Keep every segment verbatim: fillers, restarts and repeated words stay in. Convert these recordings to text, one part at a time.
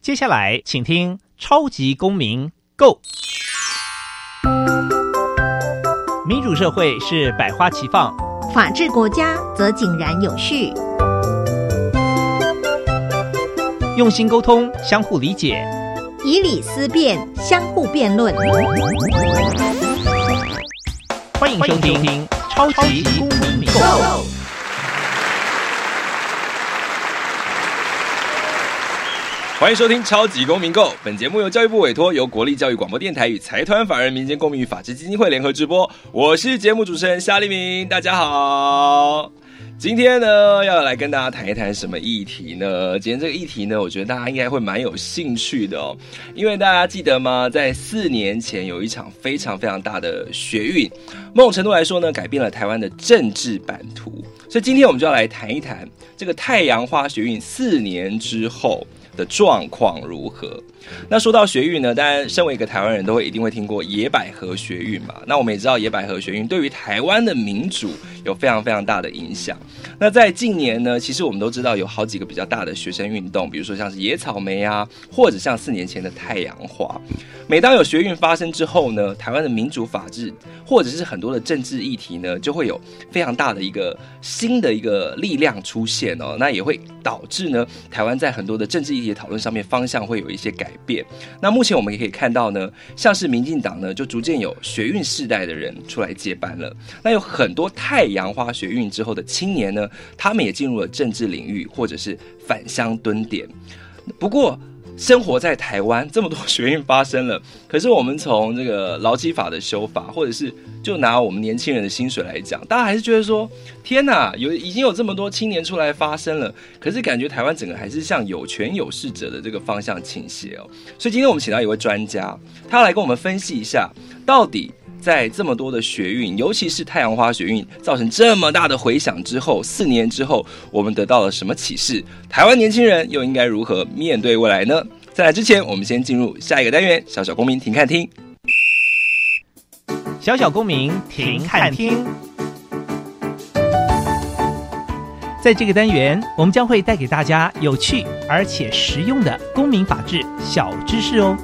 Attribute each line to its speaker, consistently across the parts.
Speaker 1: 接下来请听超级公民 Go。 民主社会是百花齐放，
Speaker 2: 法治国家则井然有序。
Speaker 1: 用心沟通，相互理解，
Speaker 2: 以理思辨，相互辩论。
Speaker 1: 欢迎收听超级公民 Go。
Speaker 3: 欢迎收听超级公民购，本节目由教育部委托，由国立教育广播电台与财团法人民间公民与法治基金会联合直播。我是节目主持人夏立明，大家好。今天呢，要来跟大家谈一谈什么议题呢？今天这个议题呢，我觉得大家应该会蛮有兴趣的哦，因为大家记得吗？在四年前有一场非常非常大的学运，某种程度来说呢，改变了台湾的政治版图。所以今天我们就要来谈一谈这个太阳花学运四年之后的状况如何。那说到学运呢，当然身为一个台湾人都会一定会听过野百合学运嘛。那我们也知道野百合学运对于台湾的民主有非常非常大的影响。那在近年呢，其实我们都知道有好几个比较大的学生运动，比如说像是野草莓啊，或者像四年前的太阳花。每当有学运发生之后呢，台湾的民主法治或者是很多的政治议题呢，就会有非常大的一个新的一个力量出现哦。那也会导致呢，台湾在很多的政治议题的讨论上面方向会有一些改变。那目前我们也可以看到呢，像是民进党呢，就逐渐有学运世代的人出来接班了。那有很多太阳花学运之后的青年呢，他们也进入了政治领域，或者是返乡蹲点。不过生活在台湾，这么多学运发生了，可是我们从这个劳基法的修法，或者是就拿我们年轻人的薪水来讲，大家还是觉得说，天哪，有已经有这么多青年出来发生了，可是感觉台湾整个还是向有权有势者的这个方向倾斜哦。所以今天我们请到一位专家，他要来跟我们分析一下，到底在这么多的学运，尤其是太阳花学运造成这么大的回响之后，四年之后我们得到了什么启示？台湾年轻人又应该如何面对未来呢？在来之前，我们先进入下一个单元，小小公民听看听。
Speaker 1: 小小公民听看听。在这个单元，我们将会带给大家有趣而且实用的公民法治小知识哦。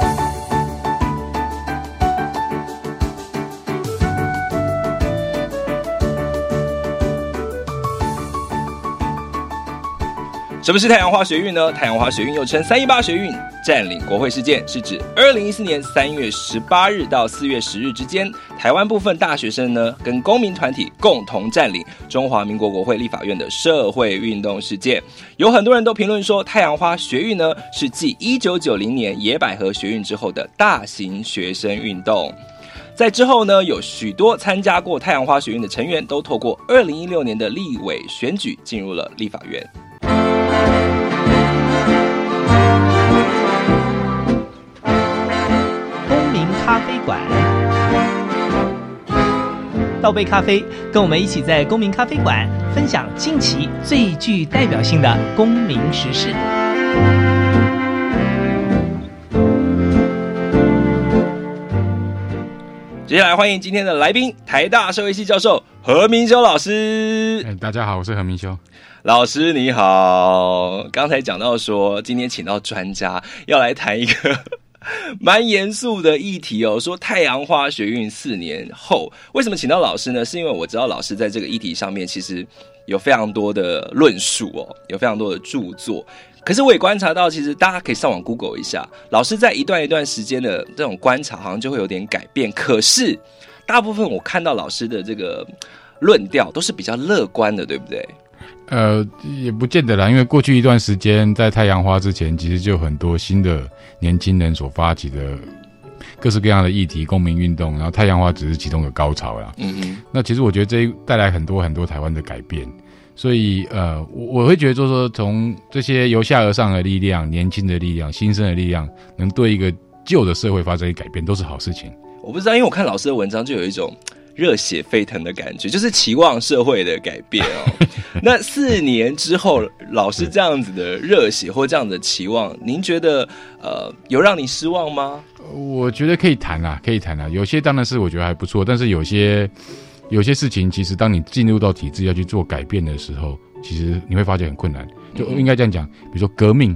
Speaker 3: 什么是太阳花学运呢？太阳花学运又称三一八学运，占领国会事件，是指二零一四年三月十八日到四月十日之间，台湾部分大学生呢跟公民团体共同占领中华民国国会立法院的社会运动事件。有很多人都评论说，太阳花学运呢是继一九九零年野百合学运之后的大型学生运动。在之后呢，有许多参加过太阳花学运的成员都透过二零一六年的立委选举进入了立法院。
Speaker 1: 咖啡馆，倒杯咖啡，跟我们一起在公民咖啡馆分享近期最具代表性的公民时事。
Speaker 3: 接下来欢迎今天的来宾，台大社会系教授何明修老师。
Speaker 4: 欸、大家好，我是何明修
Speaker 3: 老师，你好。刚才讲到说，今天请到专家要来谈一个蛮严肃的议题哦，说太阳花学运四年后，为什么请到老师呢？是因为我知道老师在这个议题上面其实有非常多的论述哦，有非常多的著作。可是我也观察到，其实大家可以上网 Google 一下，老师在一段一段时间的这种观察，好像就会有点改变。可是大部分我看到老师的这个论调都是比较乐观的，对不对？
Speaker 4: 呃，也不见得啦，因为过去一段时间，在太阳花之前，其实就有很多新的年轻人所发起的各式各样的议题、公民运动，然后太阳花只是其中的高潮啦。嗯嗯。那其实我觉得这带来很多很多台湾的改变，所以呃，我我会觉得就是说，从这些由下而上的力量、年轻的力量、新生的力量，能对一个旧的社会发生一改变，都是好事情。
Speaker 3: 我不知道，因为我看老师的文章就有一种热血沸腾的感觉，就是期望社会的改变哦。那四年之后，老师这样子的热血或这样的期望，您觉得呃有让你失望吗？
Speaker 4: 我觉得可以谈啦，可以谈啦。有些当然是我觉得还不错，但是有些有些事情，其实当你进入到体制要去做改变的时候，其实你会发觉很困难。就应该这样讲，比如说革命，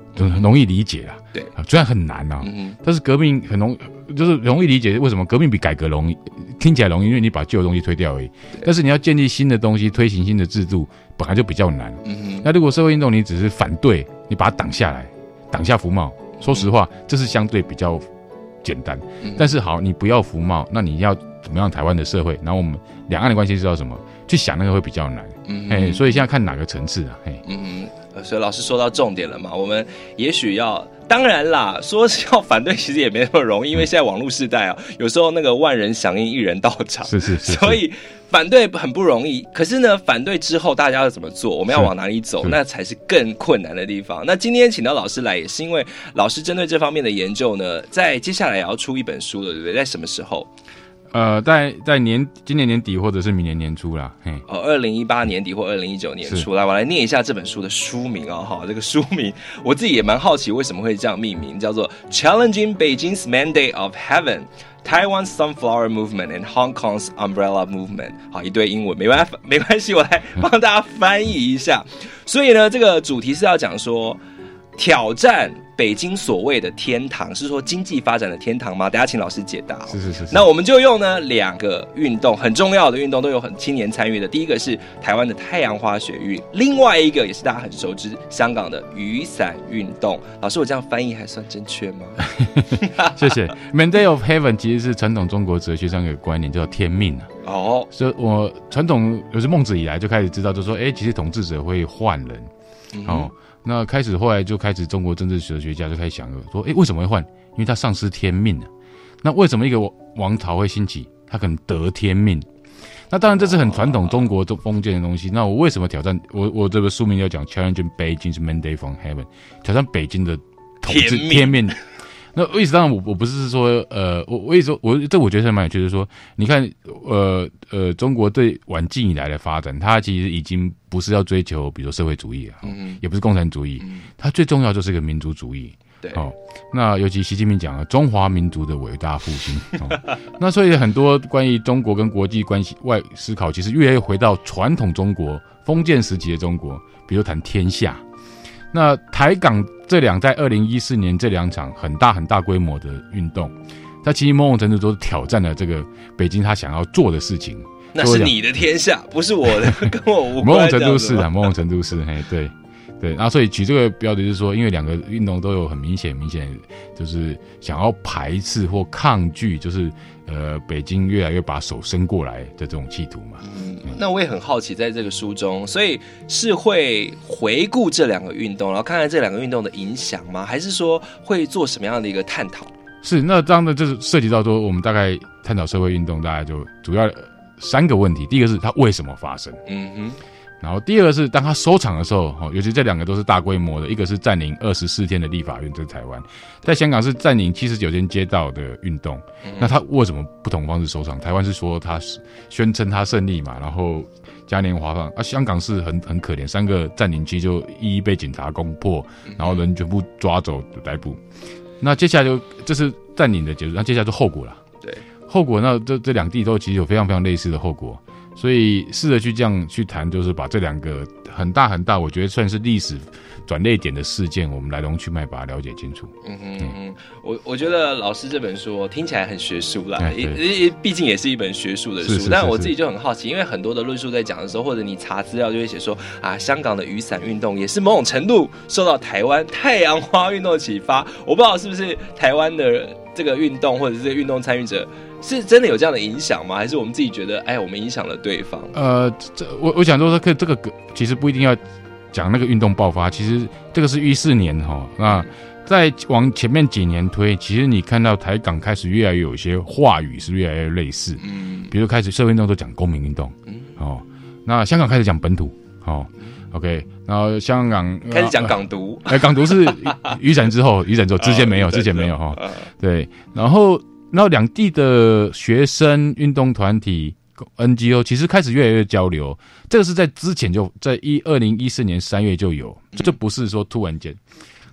Speaker 4: 就很容易理解啦。
Speaker 3: 对，
Speaker 4: 虽然很难啊，
Speaker 3: 嗯、
Speaker 4: 但是革命很容就是容易理解。为什么革命比改革容易？听起来容易，因为你把旧的东西推掉而已。但是你要建立新的东西，推行新的制度，本来就比较难。
Speaker 3: 嗯、
Speaker 4: 那如果社会运动你只是反对，你把它挡下来，挡下服贸，说实话，这是相对比较简单。
Speaker 3: 嗯、
Speaker 4: 但是好，你不要服贸，那你要怎么样台湾的社会？然后我们两岸的关系是要什么？去想那个会比较难。嗯，哎，所以现在看哪个层次啊？哎，
Speaker 3: 嗯。所以老师说到重点了嘛，我们也许要，当然啦，说是要反对，其实也没那么容易，因为现在网络时代啊，有时候那个万人响应，一人到场，
Speaker 4: 是是 是, 是，
Speaker 3: 所以反对很不容易。可是呢，反对之后大家要怎么做？我们要往哪里走？那才是更困难的地方。那今天请到老师来，也是因为老师针对这方面的研究呢，在接下来也要出一本书了，对不对？在什么时候？
Speaker 4: 呃，在在年今年年底或者是明年年初啦，嘿，
Speaker 3: 哦，二零一八年底或二零一九年初，来，我来念一下这本书的书名哦，哈，这个书名我自己也蛮好奇为什么会这样命名，叫做 Challenging Beijing's Mandate of Heaven, Taiwan's Sunflower Movement and Hong Kong's Umbrella Movement。好，一堆英文，没关系，没关系，我来帮大家翻译一下。所以呢，这个主题是要讲说挑战北京所谓的天堂，是说经济发展的天堂吗？等一下请老师解答、哦。
Speaker 4: 是是 是, 是。
Speaker 3: 那我们就用呢两个运动，很重要的运动，都有很青年参与的。第一个是台湾的太阳花学运，另外一个也是大家很熟知香港的雨伞运动。老师，我这样翻译还算正确吗？
Speaker 4: 谢谢。Mandate of Heaven 其实是传统中国哲学上有个观念，叫天命啊。
Speaker 3: 哦，
Speaker 4: 所以我传统就是孟子以来就开始知道，就说，哎，其实统治者会换人，嗯、哦。那开始后来就开始中国政治哲学家就开始想说，诶，为什么会换？因为他丧失天命了。那为什么一个王朝会兴起？他可能得天命。那当然这是很传统中国封建的东西。那我为什么挑战？我我这个书名要讲 Challenging Beijing's Mandate from Heaven， 挑战北京的统治天命。那意思当然我我不是说呃我我意思说我这我觉得是蛮有趣的，就是说你看呃呃中国对晚近以来的发展，它其实已经不是要追求比如说社会主义啊，嗯、也不是共产主义，嗯、它最重要就是一个民族主义。
Speaker 3: 对
Speaker 4: 哦，那尤其习近平讲了中华民族的伟大复兴、哦，那所以很多关于中国跟国际关系外思考，其实越来越回到传统中国封建时期的中国，比如谈天下。那台港这两在二零一四年这两场很大很大规模的运动，它其实某种程度都是挑战了这个北京他想要做的事情。
Speaker 3: 那是你的天下，不是我的，跟我无关。
Speaker 4: 某种程度是啊，某种程度是，嘿，对。对，然后所以举这个标题是说，因为两个运动都有很明显、明显就是想要排斥或抗拒，就是呃北京越来越把手伸过来的这种企图嘛。
Speaker 3: 嗯，那我也很好奇，在这个书中，所以是会回顾这两个运动，然后看看这两个运动的影响吗？还是说会做什么样的一个探讨？
Speaker 4: 是，那这样的就是涉及到说，我们大概探讨社会运动，大概就主要三个问题。第一个是它为什么发生？嗯哼。然后第二个是当他收场的时候，尤其这两个都是大规模的，一个是占领二十四天的立法院，这是台湾，在香港是占领七十九天街道的运动。嗯、那他为什么不同方式收场？台湾是说他宣称他胜利嘛，然后嘉年华放啊，香港是很很可怜，三个占领区就一一被警察攻破，然后人全部抓走逮捕。那接下来就这是占领的结束，那接下来就后果了。
Speaker 3: 对，
Speaker 4: 后果那这这两地都其实有非常非常类似的后果。所以试着去这样去谈，就是把这两个很大很大，我觉得算是历史转捩点的事件，我们来龙去脉把它了解清楚。
Speaker 3: 嗯哼嗯哼，我我觉得老师这本书听起来很学术啦，也毕竟也是一本学术的书。是是是是，但我自己就很好奇，因为很多的论述在讲的时候，或者你查资料就会写说啊，香港的雨伞运动也是某种程度受到台湾太阳花运动的启发。我不知道是不是台湾的这个运动或者是这个运动参与者是真的有这样的影响吗？还是我们自己觉得，哎，我们影响了对方？
Speaker 4: 呃，这我我想说，这个这个其实不一定要讲那个运动爆发，其实这个是一四年哈。那再往前面几年推，其实你看到台港开始越来越有一些话语是越来越类似，嗯，比如开始社会运动都讲公民运动，嗯，哦，那香港开始讲本土，哦。OK， 然后香港
Speaker 3: 开始讲港独，
Speaker 4: 哎、呃，港独是雨伞之后，雨伞之后之前没有，之前没有哈。对，然后然后两地的学生运动团体 N G O 其实开始越来越交流，这个是在之前就在一二零一四年三月就有，这不是说突然间。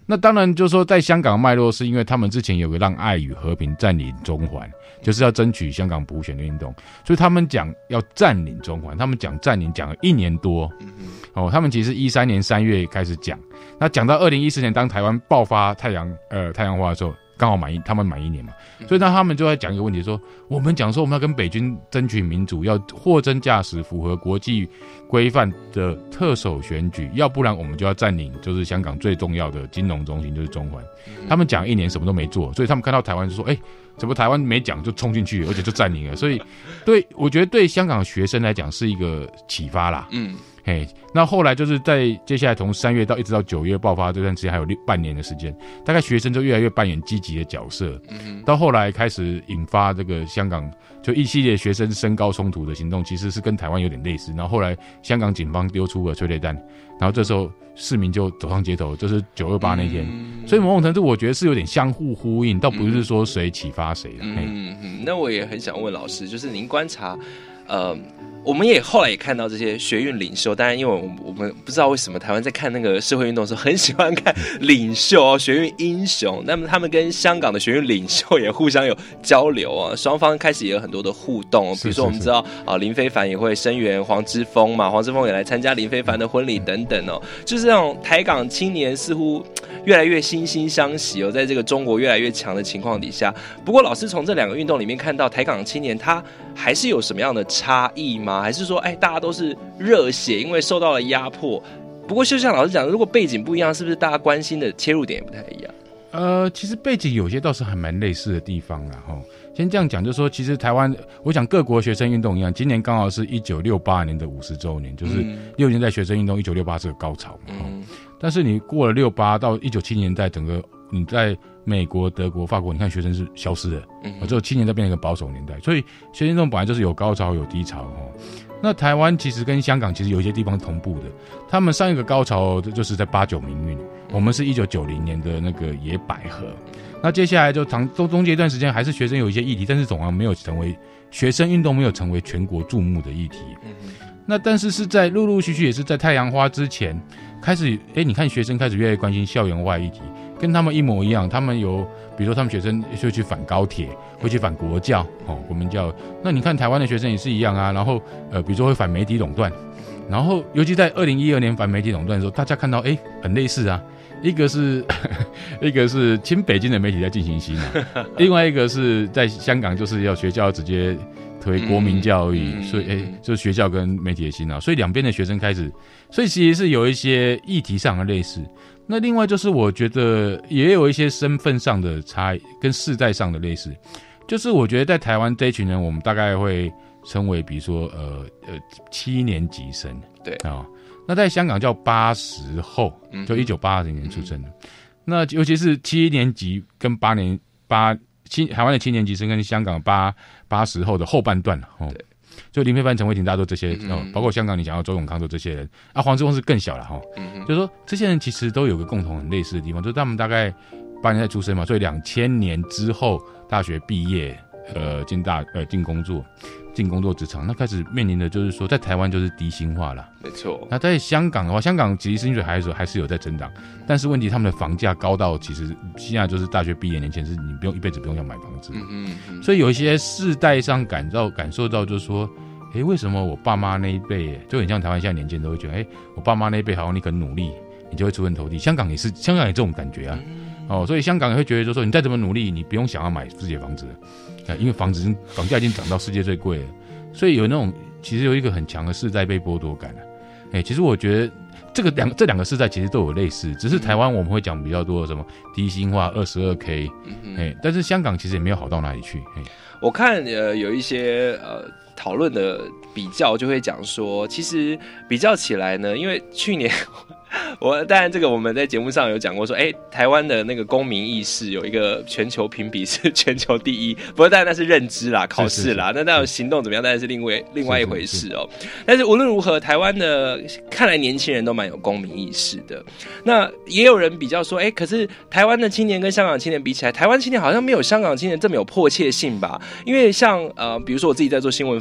Speaker 4: 那当然就是说在香港的脉络是因为他们之前有个让爱与和平占领中环，就是要争取香港补选的运动，所以他们讲要占领中环，他们讲占领讲了一年多。哦，他们其实一三年三月开始讲，那讲到二零一四年当台湾爆发太阳呃太阳花的时候，刚好满一他们满一年嘛，所以那他们就在讲一个问题说，我们讲说我们要跟北京争取民主，要货真价实符合国际规范的特首选举，要不然我们就要占领就是香港最重要的金融中心就是中环。他们讲一年什么都没做，所以他们看到台湾就说，哎、欸，怎么台湾没讲就冲进去，而且就占领了，所以对我觉得对香港的学生来讲是一个启发啦。嗯。嘿，那后来就是在接下来从三月到一直到九月爆发这段时间，还有六半年的时间，大概学生就越来越扮演积极的角色。嗯，到后来开始引发这个香港就一系列学生升高冲突的行动，其实是跟台湾有点类似。然后后来香港警方丢出了催泪弹，然后这时候市民就走上街头，就是九二八那天。嗯、所以某种程度我觉得是有点相互呼应，倒不是说谁启发谁的。
Speaker 3: 嗯嗯，那我也很想问老师，就是您观察，呃。我们也后来也看到这些学运领袖，当然因为我们我们不知道为什么台湾在看那个社会运动的时候很喜欢看领袖哦，学运英雄。那么他们跟香港的学运领袖也互相有交流啊，双方开始也有很多的互动、哦。比如说我们知道啊，林非凡也会声援黄之锋嘛，黄之锋也来参加林非凡的婚礼等等哦，就是这种台港青年似乎越来越惺惺相惜哦，在这个中国越来越强的情况底下。不过老师从这两个运动里面看到台港青年他还是有什么样的差异吗？还是说，哎，大家都是热血，因为受到了压迫？不过就像老师讲，如果背景不一样，是不是大家关心的切入点也不太一样？
Speaker 4: 呃，其实背景有些倒是还蛮类似的地方啦。齁，先这样讲，就是说，其实台湾，我想各国学生运动一样，今年刚好是一九六八年的五十周年，就是六年代学生运动，一九六八是个高潮嘛。嗯，但是你过了六八到一九七零年代，整个你在美国、德国、法国，你看学生是消失的，嗯，只有七年代变成一个保守年代，所以学生运动本来就是有高潮有低潮哦。那台湾其实跟香港其实有一些地方同步的，他们上一个高潮就是在八九民运，我们是一九九零年的那个野百合。那接下来就长中中间一段时间还是学生有一些议题，但是总还没有成为学生运动没有成为全国注目的议题。那但是是在陆陆续续也是在太阳花之前开始，哎，你看学生开始越来越关心校园外议题，跟他们一模一样。他们有，比如说他们学生会去反高铁，会去反国教，哦，国民教。那你看台湾的学生也是一样啊。然后呃，比如说会反媒体垄断，然后尤其在二零一二年反媒体垄断的时候，大家看到哎，很类似啊。一个是一个是亲北京的媒体在进行洗脑，另外一个是在香港就是要学校直接推国民教育，嗯、所以哎，就是学校跟媒体的洗脑，所以两边的学生开始，所以其实是有一些议题上的类似。那另外就是我觉得也有一些身份上的差异，跟世代上的类似。就是我觉得在台湾这一群人，我们大概会称为，比如说呃呃七年级生，
Speaker 3: 对啊。
Speaker 4: 哦，那在香港叫八十后，就一九八零年出生的。嗯、那尤其是七年级跟八年八七台湾的七年级生跟香港八八十后的后半段哦，对，就林非凡、陈慧婷，大家都这些，嗯哦，包括香港你讲到周永康都这些人啊，黄之锋是更小了哈，哦嗯，就是说这些人其实都有个共同很类似的地方，就是他们大概八年代出生嘛，所以两千年之后大学毕业，呃，进大呃进工作。进工作职场，那开始面临的就是说，在台湾就是低薪化了，
Speaker 3: 没错。那
Speaker 4: 在香港的话，香港其实薪水还是还是有在增长，但是问题他们的房价高到，其实现在就是大学毕业年前是你不用一辈子不用要买房子，嗯嗯嗯，所以有一些世代上感到感受到，就是说，哎，为什么我爸妈那一辈，就很像台湾现在年轻人都会觉得，哎，我爸妈那一辈好像你肯努力，你就会出人头地。香港也是，香港也这种感觉啊，哦，所以香港也会觉得，就是说你再怎么努力，你不用想要买自己的房子了。因为房子房价已经涨到世界最贵了，所以有那种其实有一个很强的世代被剥夺感了。哎，其实我觉得这个两这两个世代其实都有类似，只是台湾我们会讲比较多的什么低薪化 二十二K， 哎，但是香港其实也没有好到哪里去。
Speaker 3: 我看呃有一些呃讨论的比较就会讲说，其实比较起来呢，因为去年。我当然，这个我们在节目上有讲过，说，哎，台湾的那个公民意识有一个全球评比是全球第一，不过当然那是认知啦、考试啦，那当然行动怎么样，当然是另外另外一回事哦。是是是，但是无论如何，台湾的看来年轻人都蛮有公民意识的。那也有人比较说，哎，可是台湾的青年跟香港青年比起来，台湾青年好像没有香港青年这么有迫切性吧？因为像呃，比如说我自己在做新闻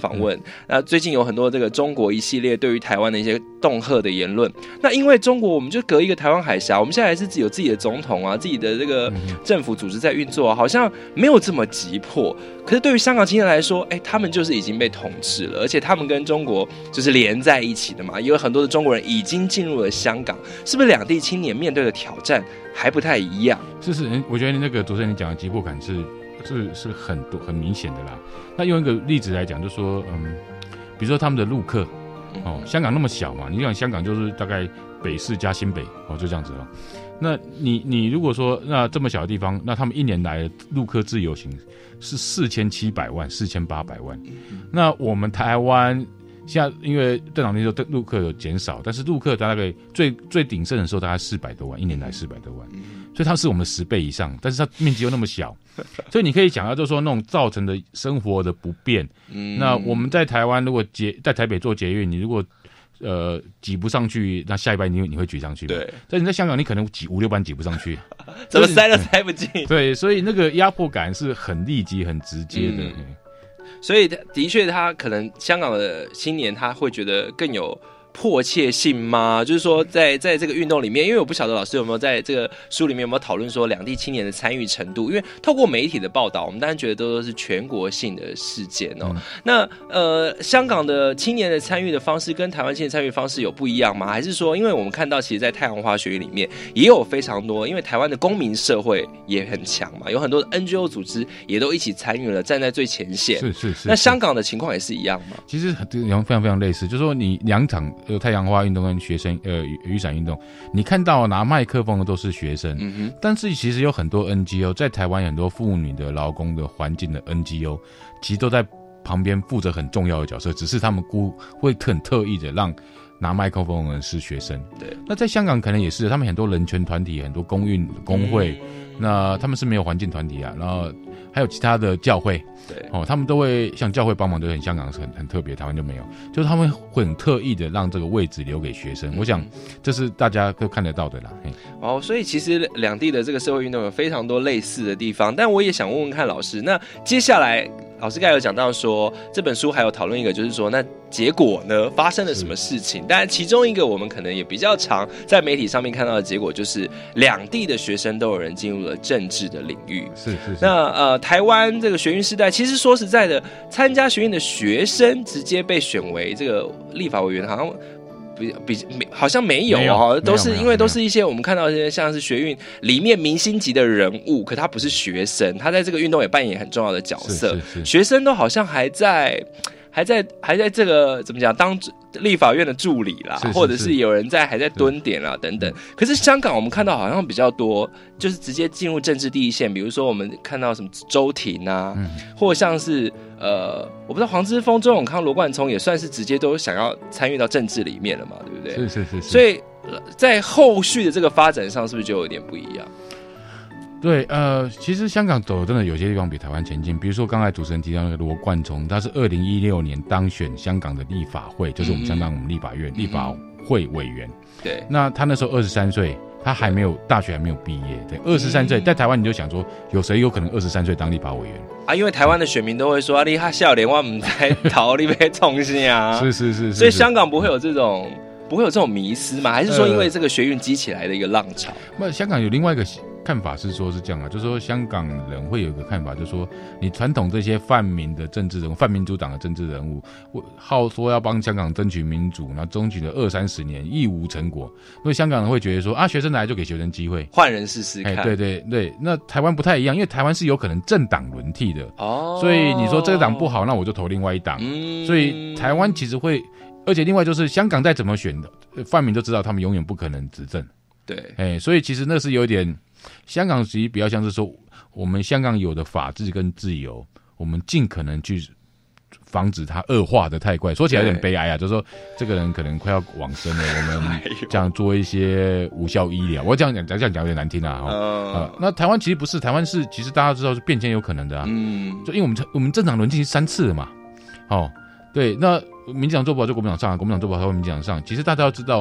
Speaker 3: 访问，那、嗯、最近有很多这个中国一系列对于台湾的一些恫吓的言论。那因为中国我们就隔一个台湾海峡，我们现在还是有自己的总统啊，自己的这个政府组织在运作、啊，好像没有这么急迫。可是对于香港青年来说，哎，他们就是已经被统治了，而且他们跟中国就是连在一起的嘛，也有很多的中国人已经进入了香港，是不是两地青年面对的挑战还不太一样？
Speaker 4: 是是，我觉得那个主持人你讲的急迫感是是是很多很明显的啦。那用一个例子来讲，就说嗯，比如说他们的陆客哦，香港那么小嘛，你想香港就是大概北市加新北哦，就这样子了。那你你如果说那这么小的地方，那他们一年来的陆客自由行是四千七百万、四千八百万。那我们台湾现在因为这两年陆客有减少，但是陆客大概最最鼎盛的时候大概四百多万，一年来四百多万，所以它是我们的十倍以上，但是它面积又那么小，所以你可以想到，就是说那种造成的生活的不便。嗯、那我们在台湾如果捷在台北做捷运，你如果呃挤不上去，那下一班你你会挤上去吗？对。但你在香港，你可能挤五六班挤不上去，
Speaker 3: 怎么塞都塞不进。
Speaker 4: 对，所以那个压迫感是很立即、很直接的。嗯、
Speaker 3: 所以的确，他可能香港的青年他会觉得更有迫切性吗？就是说在，在在这个运动里面，因为我不晓得老师有没有在这个书里面有没有讨论说两地青年的参与程度。因为透过媒体的报道，我们当然觉得都是全国性的事件哦。嗯、那呃，香港的青年的参与的方式跟台湾青年参与方式有不一样吗？还是说，因为我们看到其实，在太阳花学运里面也有非常多，因为台湾的公民社会也很强嘛，有很多的 N G O 组织也都一起参与了，站在最前线。
Speaker 4: 是是是。
Speaker 3: 那香港的情况也是一样吗？
Speaker 4: 其实非常非常类似，就是说你两场。呃，太阳花运动跟学生呃雨伞运动，你看到拿麦克风的都是学生，嗯、但是其实有很多 N G O 在台湾，有很多妇女的、劳工的、环境的 N G O， 其实都在旁边负责很重要的角色，只是他们故会很特意的让拿麦克风的人是学生。对，那在香港可能也是，他们很多人权团体、很多公运工会，嗯、那他们是没有环境团体啊，然后还有其他的教会。对哦，他们都会像教会帮忙，对，很香港是很很特别，台湾就没有，就是他们会很特意的让这个位置留给学生。嗯、我想这是大家都看得到的啦。
Speaker 3: 哦，所以其实两地的这个社会运动有非常多类似的地方，但我也想问问看老师，那接下来老师刚才有讲到说这本书还有讨论一个，就是说那结果呢发生了什么事情？当然其中一个我们可能也比较常在媒体上面看到的结果，就是两地的学生都有人进入了政治的领域。
Speaker 4: 是是是。
Speaker 3: 那呃，台湾这个学运世代。其实说实在的，参加学运的学生直接被选为这个立法委员，好像比比好像没有哦，都是因为都是一些我们看到一些像是学运里面明星级的人物，可他不是学生，他在这个运动也扮演很重要的角色。是是是，学生都好像还在。还在还在这个怎么讲当立法院的助理啦，是是是，或者是有人在还在蹲点啦等等。可是香港我们看到好像比较多，就是直接进入政治第一线，比如说我们看到什么周庭啊，嗯、或像是呃，我不知道黄之锋、周永康、罗冠聪也算是直接都想要参与到政治里面了嘛，对不对？
Speaker 4: 是是是是。
Speaker 3: 所以在后续的这个发展上，是不是就有点不一样？
Speaker 4: 对，呃，其实香港走的真的有些地方比台湾前进，比如说刚才主持人提到那个罗冠聪，他是二零一六年当选香港的立法会，就是我们相当于我们立法院、嗯、立法会委员。对，那他那时候二十三岁，他还没有大学还没有毕业。对，二十三岁，在台湾你就想说，有谁有可能二十三岁当立法委员
Speaker 3: 啊？因为台湾的选民都会说，啊，你哈笑脸，我唔在逃，你被冲心啊。
Speaker 4: 是是 是, 是, 是，
Speaker 3: 所以香港不会有这种。不会有这种迷思吗？还是说因为这个学运激起来的一个浪潮？
Speaker 4: 那、呃、香港有另外一个看法是说是这样啊，就是说香港人会有一个看法，就是说你传统这些泛民的政治人物、泛民主党的政治人物，号说要帮香港争取民主，然后争取了二三十年亦无成果，因为香港人会觉得说啊，学生来就给学生机会，
Speaker 3: 换人试试看。
Speaker 4: 对对对，那台湾不太一样，因为台湾是有可能政党轮替的哦，所以你说这个党不好，那我就投另外一党，嗯、所以台湾其实会。而且另外就是香港再怎么选的，泛民都知道他们永远不可能执政。对，哎，所以其实那是有点，香港其实比较像是说，我们香港有的法治跟自由，我们尽可能去防止它恶化的太快。说起来有点悲哀啊，就是说这个人可能快要往生了，我们这样做一些无效医疗。我这样讲，这样讲有点难听啊。哦、呃，那台湾其实不是，台湾是其实大家知道是变迁有可能的啊。嗯，就因为我们我们政党轮替三次了嘛。哦，对，那。民进党做不好就国民党上，国民党做不好就民进党上。其实大家要知道，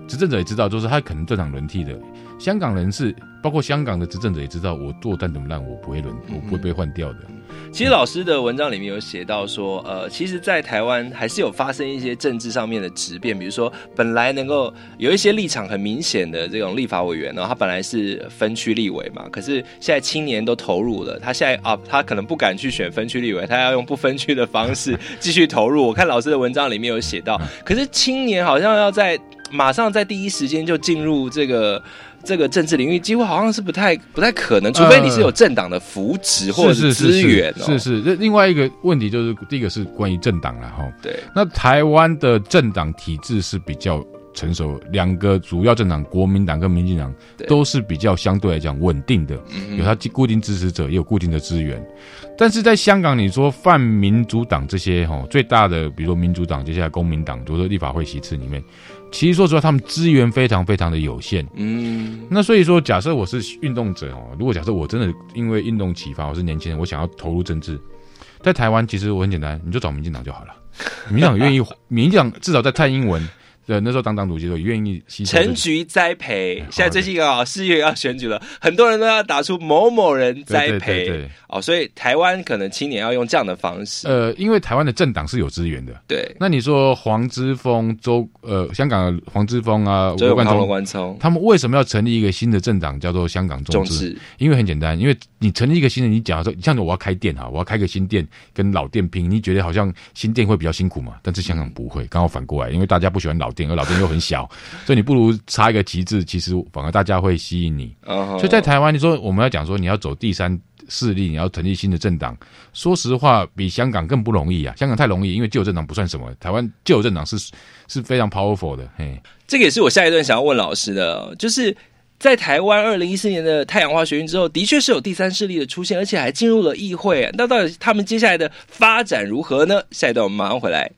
Speaker 4: 执政者也知道，就是他可能政党轮替的。香港人是包括香港的执政者也知道，我做再怎么烂，我不会轮，我不会被换掉的。
Speaker 3: 其实老师的文章里面有写到说，呃，其实，在台湾还是有发生一些政治上面的质变，比如说本来能够有一些立场很明显的这种立法委员呢，他本来是分区立委嘛，可是现在青年都投入了，他现在啊，他可能不敢去选分区立委，他要用不分区的方式继续投入。我看老师的文章里面有写到，可是青年好像要在马上在第一时间就进入这个。这个政治领域几乎好像是不太不太可能，除非你是有政党的扶持或者是资源哦。
Speaker 4: 是是是，另外一个问题就是第一个是关于政党啦齁。
Speaker 3: 对，
Speaker 4: 那台湾的政党体制是比较成熟，两个主要政党国民党跟民进党都是比较相对来讲稳定的，有它固定支持者，也有固定的资源。但是在香港，你说泛民主党这些齁最大的，比如说民主党，接下来公民党，比如说立法会席次里面。其实说实话，他们资源非常非常的有限。嗯，那所以说，假设我是运动者哦，如果假设我真的因为运动启发，我是年轻人，我想要投入政治，在台湾其实我很简单，你就找民进党就好了。民进党愿意，民进党至少在蔡英文的那时候当党主席的时候，愿意吸收
Speaker 3: 陈菊栽培。现在最近刚好四月要选举了，很多人都要打出某某人栽培。对对对对哦，所以台湾可能青年要用这样的方式。
Speaker 4: 呃，因为台湾的政党是有资源的。
Speaker 3: 对。那
Speaker 4: 你说黄之锋、周呃香港的黄之锋啊、
Speaker 3: 周永康、罗冠聪，
Speaker 4: 他们为什么要成立一个新的政党，叫做香港众志？因为很简单，因为你成立一个新的，你讲说，像我要开店哈，我要开个新店，跟老店拼，你觉得好像新店会比较辛苦嘛？但是香港不会，刚好反过来，因为大家不喜欢老店，而老店又很小，所以你不如插一个旗帜，其实反而大家会吸引你。Uh-huh. 所以在台湾，你说我们要讲说你要走第三势力，你要成立新的政党，说实话比香港更不容易啊！香港太容易，因为旧有政党不算什么，台湾旧有政党是是非常 powerful 的。嘿，
Speaker 3: 这个也是我下一段想要问老师的，就是在台湾二零一四年的太阳花学运之后，的确是有第三势力的出现，而且还进入了议会。那到底他们接下来的发展如何呢？下一段我们马上回来。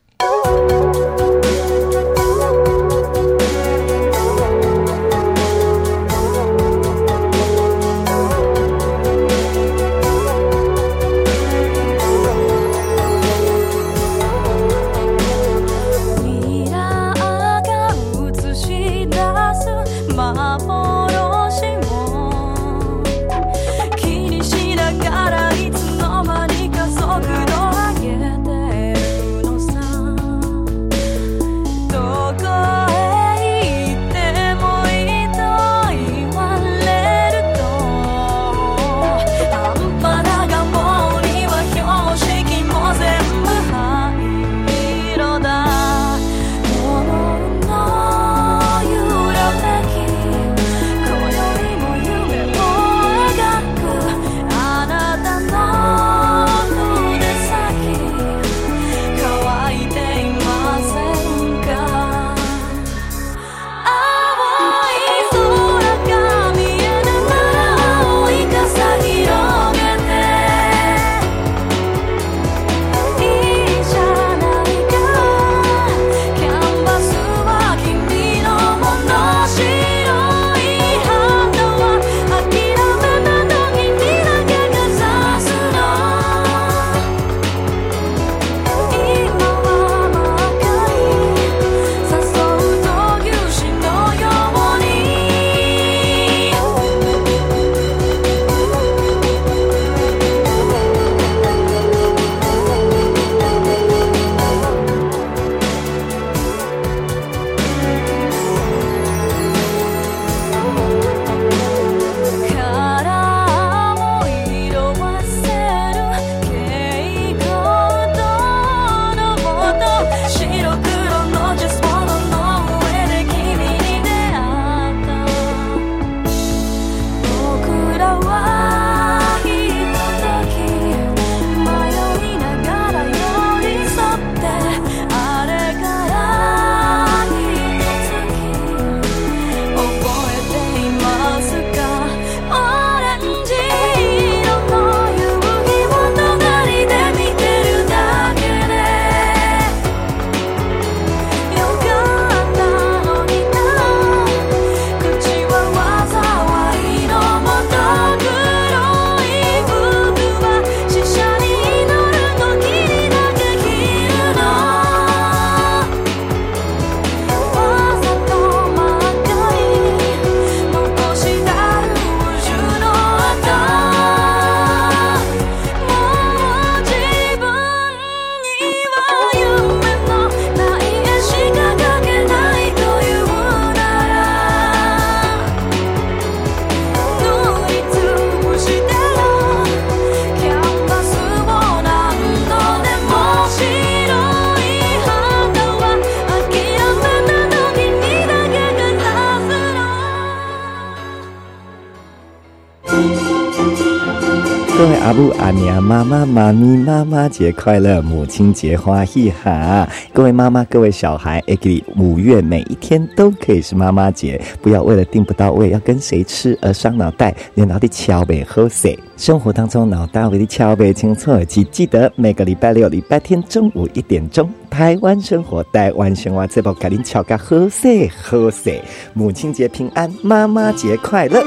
Speaker 5: 各位阿母阿娘妈妈妈咪妈妈节快乐，母亲节欢喜哈！各位妈妈各位小孩，五月每一天都可以是妈妈节，不要为了订不到位要跟谁吃而伤脑袋，连脑袋敲不好势。生活当中脑袋为你敲不清楚，请记得每个礼拜六礼拜天中午一点钟，台湾生活台湾生活这部给您敲个好势好势。母亲节平安，妈妈节快乐。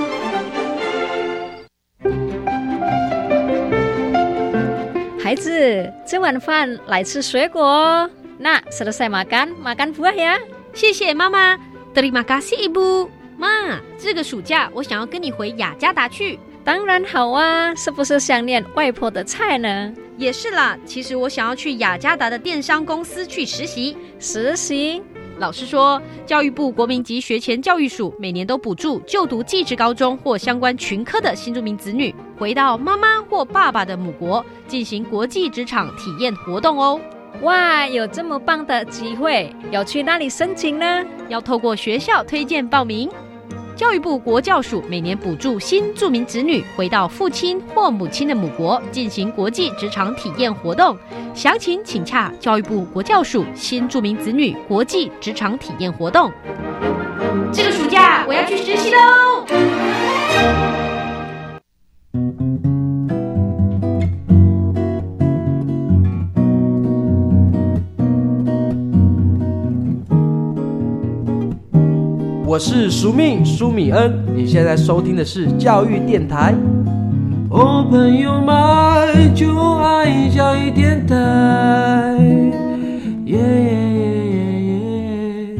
Speaker 6: 孩子，吃晚饭来吃水果。那 selesai makan makan buah ya。
Speaker 7: 谢谢妈妈。Terima kasih ibu。妈，这个暑假我想要跟你回雅加达去。
Speaker 6: 当然好啊，是不是想念外婆的菜呢？
Speaker 7: 也是啦，其实我想要去雅加达的电商公司去实习。
Speaker 6: 实习？
Speaker 7: 老师说，教育部国民级学前教育署每年都补助就读技职高中或相关群科的新住民子女，回到妈妈或爸爸的母国进行国际职场体验活动哦。
Speaker 6: 哇，有这么棒的机会，要去哪里申请呢？
Speaker 7: 要透过学校推荐报名。教育部国教署每年补助新住民子女回到父亲或母亲的母国进行国际职场体验活动，详情请洽教育部国教署新住民子女国际职场体验活动。这个暑假我要去实习喽！
Speaker 8: 我是苏命苏米恩，你现在收听的是教育电台。哦，朋友们就爱教育电台，耶耶耶耶耶。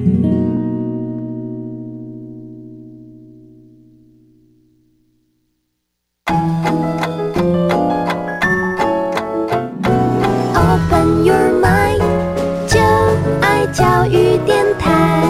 Speaker 9: Open your mind， 就爱教育电台。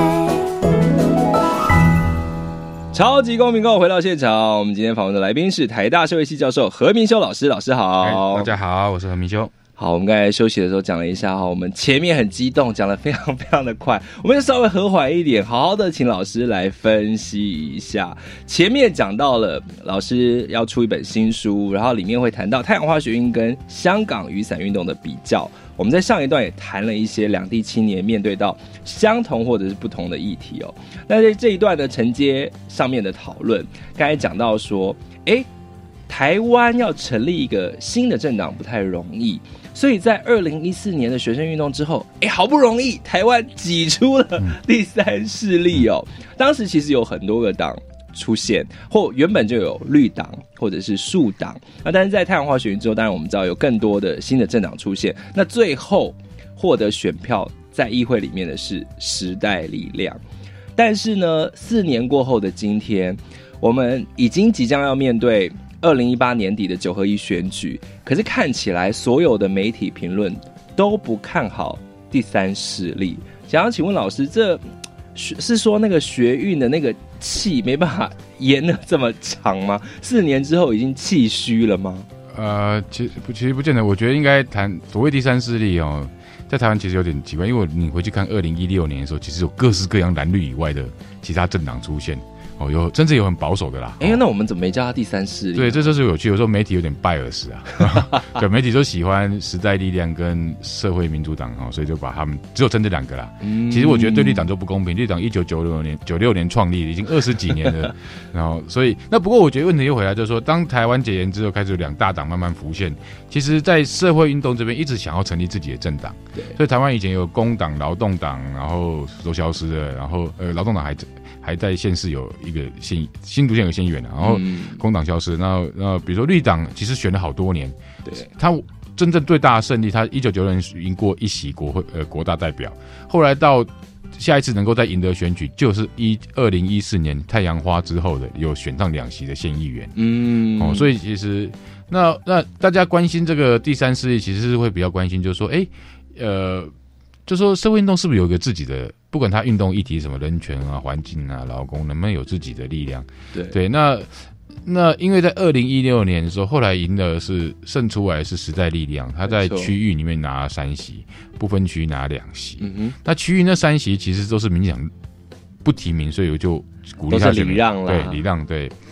Speaker 3: 超级公民购回到现场，我们今天访问的来宾是台大社会系教授何明修老师，老师好。
Speaker 4: 大家好，我是何明修。
Speaker 3: 好，我们刚才休息的时候讲了一下哈，我们前面很激动，讲得非常非常的快，我们就稍微和缓一点，好好的请老师来分析一下。前面讲到了老师要出一本新书，然后里面会谈到太阳花学运跟香港雨伞运动的比较。我们在上一段也谈了一些两地青年面对到相同或者是不同的议题哦。那在这一段的承接上面的讨论，刚才讲到说，哎，台湾要成立一个新的政党不太容易，所以在二零一四年的学生运动之后，哎，好不容易台湾挤出了第三势力哦。当时其实有很多个党出现，或原本就有绿党或者是树党，那但是在太阳花学运之后，当然我们知道有更多的新的政党出现，那最后获得选票在议会里面的是时代力量。但是呢，四年过后的今天，我们已经即将要面对二零一八年底的九合一选举，可是看起来所有的媒体评论都不看好第三势力。想要请问老师，这是说那个学运的那个气没办法延了这么长吗？四年之后已经气虚了吗？
Speaker 4: 呃，其实其实不见得，我觉得应该谈所谓第三势力哦，在台湾其实有点奇怪，因为你回去看二零一六年的时候，其实有各式各样蓝绿以外的其他政党出现。哦，有甚至有很保守的啦。
Speaker 3: 哎、欸，那我们怎么没叫他第三势力？
Speaker 4: 对，这就是有趣。有时候媒体有点拜耳屎啊，对，媒体都喜欢时代力量跟社会民主党哦，所以就把他们只有称这两个啦。嗯、其实我觉得对绿党就不公平，绿党一九九六年九六年创立，已经二十几年了，然后所以那不过我觉得问题又回来，就是说，当台湾解严之后，开始有两大党慢慢浮现。其实，在社会运动这边一直想要成立自己的政党，所以台湾以前有工党、劳动党，然后都消失了，然后呃，劳动党还还在县市有一个县新竹县有县议员，然后工党消失，那那比如说绿党其实选了好多年，对，他真正最大的胜利，他一九九六年赢过一席国会呃国大代表，后来到下一次能够再赢得选举，就是一二零一四年太阳花之后的有选上两席的县议员，嗯，哦，所以其实那那大家关心这个第三势力，其实是会比较关心，就是说，哎，呃，就说社会运动是不是有一个自己的，不管他运动议题什么人权啊、环境啊、劳工，能不能有自己的力量？对对，那那因为在二零一六年的时候，后来赢的是胜出来是时代力量，他在区域里面拿三席，不分区拿两席。嗯哼，那区域那三席其实都是民进党不提名，所以我就鼓励他
Speaker 3: 都是礼让啦，
Speaker 4: 对礼让对。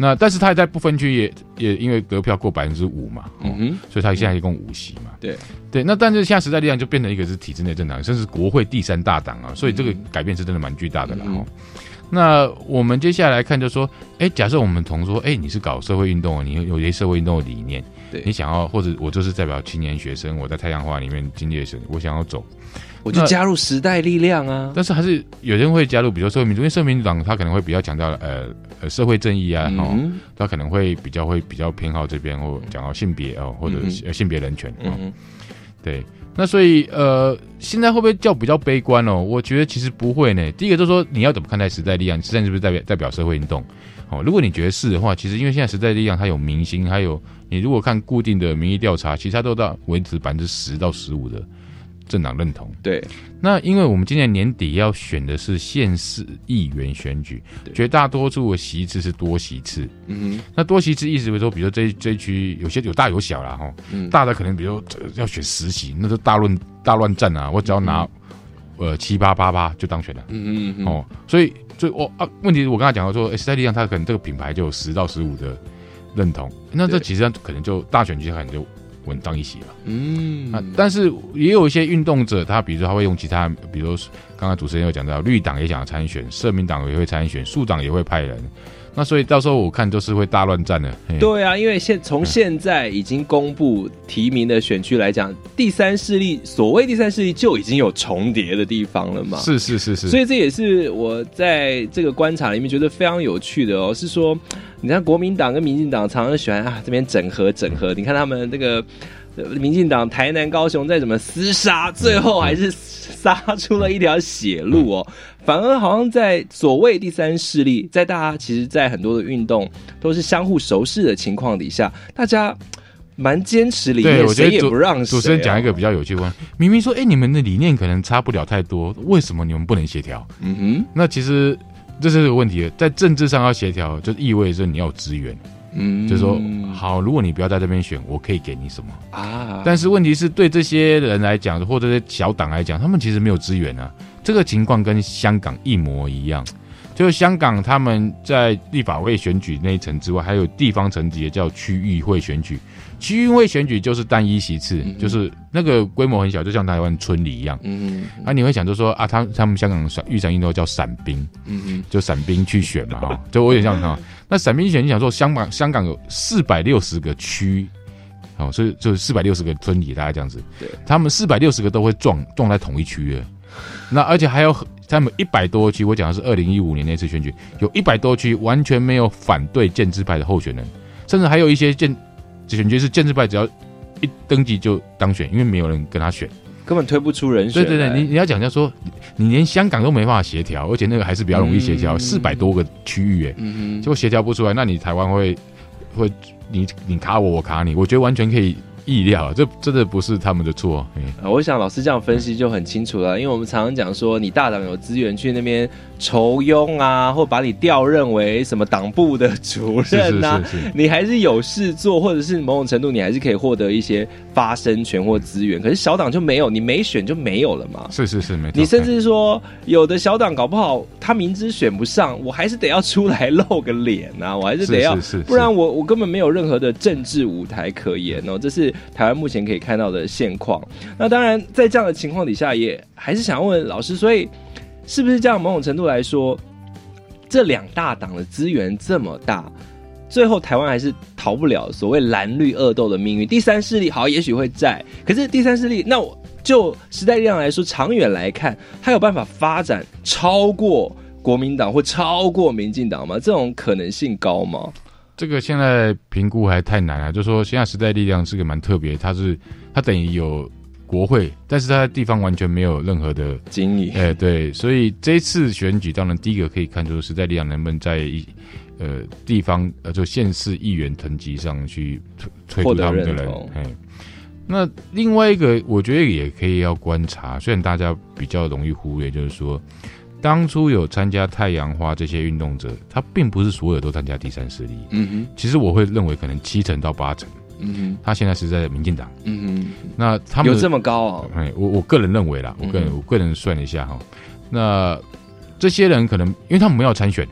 Speaker 4: 那但是他在不分区也也因为得票过百分之五嘛，哦、
Speaker 3: 嗯，
Speaker 4: 所以他现在一共五席嘛。
Speaker 3: 对
Speaker 4: 对，那但是现在时代力量就变成一个是体制内政党，甚至国会第三大党啊，所以这个改变是真的蛮巨大的啦。嗯、那我们接下来看就说，哎，假设我们同说，哎，你是搞社会运动，你有一些社会运动的理念，你想要或者我就是代表青年学生，我在太阳花里面经历的生，我想要走。
Speaker 3: 我就加入时代力量啊，
Speaker 4: 但是还是有人会加入，比如说社会民主，因为社会民主党他可能会比较强调呃呃社会正义啊，嗯、哦，他可能会比较会比较偏好这边，或讲到性别哦，或者、嗯、性别人权，嗯、哦，对，那所以呃现在会不会叫比较悲观哦？我觉得其实不会呢。第一个就是说你要怎么看待时代力量，时代是不是代表代表社会运动？哦，如果你觉得是的话，其实因为现在时代力量它有明星，还有你如果看固定的民意调查，其实它都到维持百分之十到十五的政党认同。
Speaker 3: 对，
Speaker 4: 那因为我们今年年底要选的是县市议员选举，绝大多数的席次是多席次。嗯哼，那多席次意思就是说，比如说这这一区有些有大有小啦，哈、嗯，大的可能比如要选十席，那就大乱大乱战啊，我只要拿、嗯、呃七八八八就当选了。嗯嗯哦，所以所以我啊，问题是我刚才讲到说，时代力量它可能这个品牌就有十到十五的认同，那这其实可能就大选区可能就稳当一席了，嗯啊，但是也有一些运动者，他比如说他会用其他，比如说刚刚主持人有讲到，绿党也想要参选，社民党也会参选，树党也会派人，那所以到时候我看都是会大乱战的。
Speaker 3: 对啊，因为现从现在已经公布提名的选区来讲，第三势力所谓第三势力就已经有重叠的地方了嘛，
Speaker 4: 是是是是，
Speaker 3: 所以这也是我在这个观察里面觉得非常有趣的哦，是说。你看国民党跟民进党常常喜欢啊这边整合整合，你看他们那个民进党台南高雄再怎么厮杀，最后还是杀出了一条血路哦。反而好像在所谓第三势力，在大家其实在很多的运动都是相互熟识的情况底下，大家蛮坚持理念，谁也不让谁、哦。
Speaker 4: 主持人讲一个比较有趣的话，明明说哎、欸、你们的理念可能差不了太多，为什么你们不能协调？嗯哼，那其实。这是个问题，在政治上要协调，就意味着你要有资源。嗯，就是说，好，如果你不要在这边选，我可以给你什么啊？但是问题是对这些人来讲，或者这些小党来讲，他们其实没有资源啊。这个情况跟香港一模一样，就是香港他们在立法会选举那一层之外，还有地方层级也叫区议会选举。区议会选举就是单一席次，嗯、就是那个规模很小，就像台湾村里一样。嗯，啊，你会想就说啊，他他们香港预算运动叫伞兵，嗯就伞兵去选嘛，哈，就我有点像哈。那伞兵去选，你想说香港香港有四百六十个区，哦，所以就是四百六十个村里，大概这样子。对，他们四百六十个都会撞撞在同一区的。那而且还有他们一百多区，我讲的是二零一五年那次选举，有一百多区完全没有反对建制派的候选人，甚至还有一些建。选举是建制派，只要一登记就当选，因为没有人跟他选，
Speaker 3: 根本推不出人选。
Speaker 4: 对对对，你你要讲就说，你连香港都没办法协调，而且那个还是比较容易协调，四百、嗯、多个区域，哎、嗯，结果协调不出来，那你台湾会会你你卡我，我卡你，我觉得完全可以意料，这真的不是他们的错。
Speaker 3: 呃、我想老师这样分析就很清楚了，因为我们常常讲说，你大党有资源去那边筹拥啊，或把你调任为什么党部的主任啊，是是是是，你还是有事做，或者是某种程度你还是可以获得一些发声权或资源。可是小党就没有，你没选就没有了嘛。
Speaker 4: 是是是，没错。
Speaker 3: 你甚至说有的小党搞不好他明知选不上，我还是得要出来露个脸啊，我还是得要，是是是是，不然我我根本没有任何的政治舞台可言哦。这是台湾目前可以看到的现况。那当然在这样的情况底下，也还是想问老师，所以是不是这样某种程度来说，这两大党的资源这么大，最后台湾还是逃不了所谓蓝绿恶斗的命运？第三势力好也许会在，可是第三势力，那我就时代力量来说，长远来看它有办法发展超过国民党或超过民进党吗？这种可能性高吗？
Speaker 4: 这个现在评估还太难了，就是说现在时代力量是个蛮特别，它是它等于有国会，但是它在地方完全没有任何的
Speaker 3: 经营，
Speaker 4: 哎、欸，对，所以这一次选举，当然第一个可以看出时代力量能不能在呃地方呃就县市议员层级上去推出他们的人，哎，那另外一个我觉得也可以要观察，虽然大家比较容易忽略，就是说当初有参加太阳花这些运动者，他并不是所有都参加第三势力，嗯哼，其实我会认为可能七成到八成。嗯哼，他现在是在民进党。嗯哼，那他们
Speaker 3: 有这么高啊？
Speaker 4: 哎，我我个人认为啦，我个人、嗯、我个人算一下哈，那这些人可能因为他们没有参选，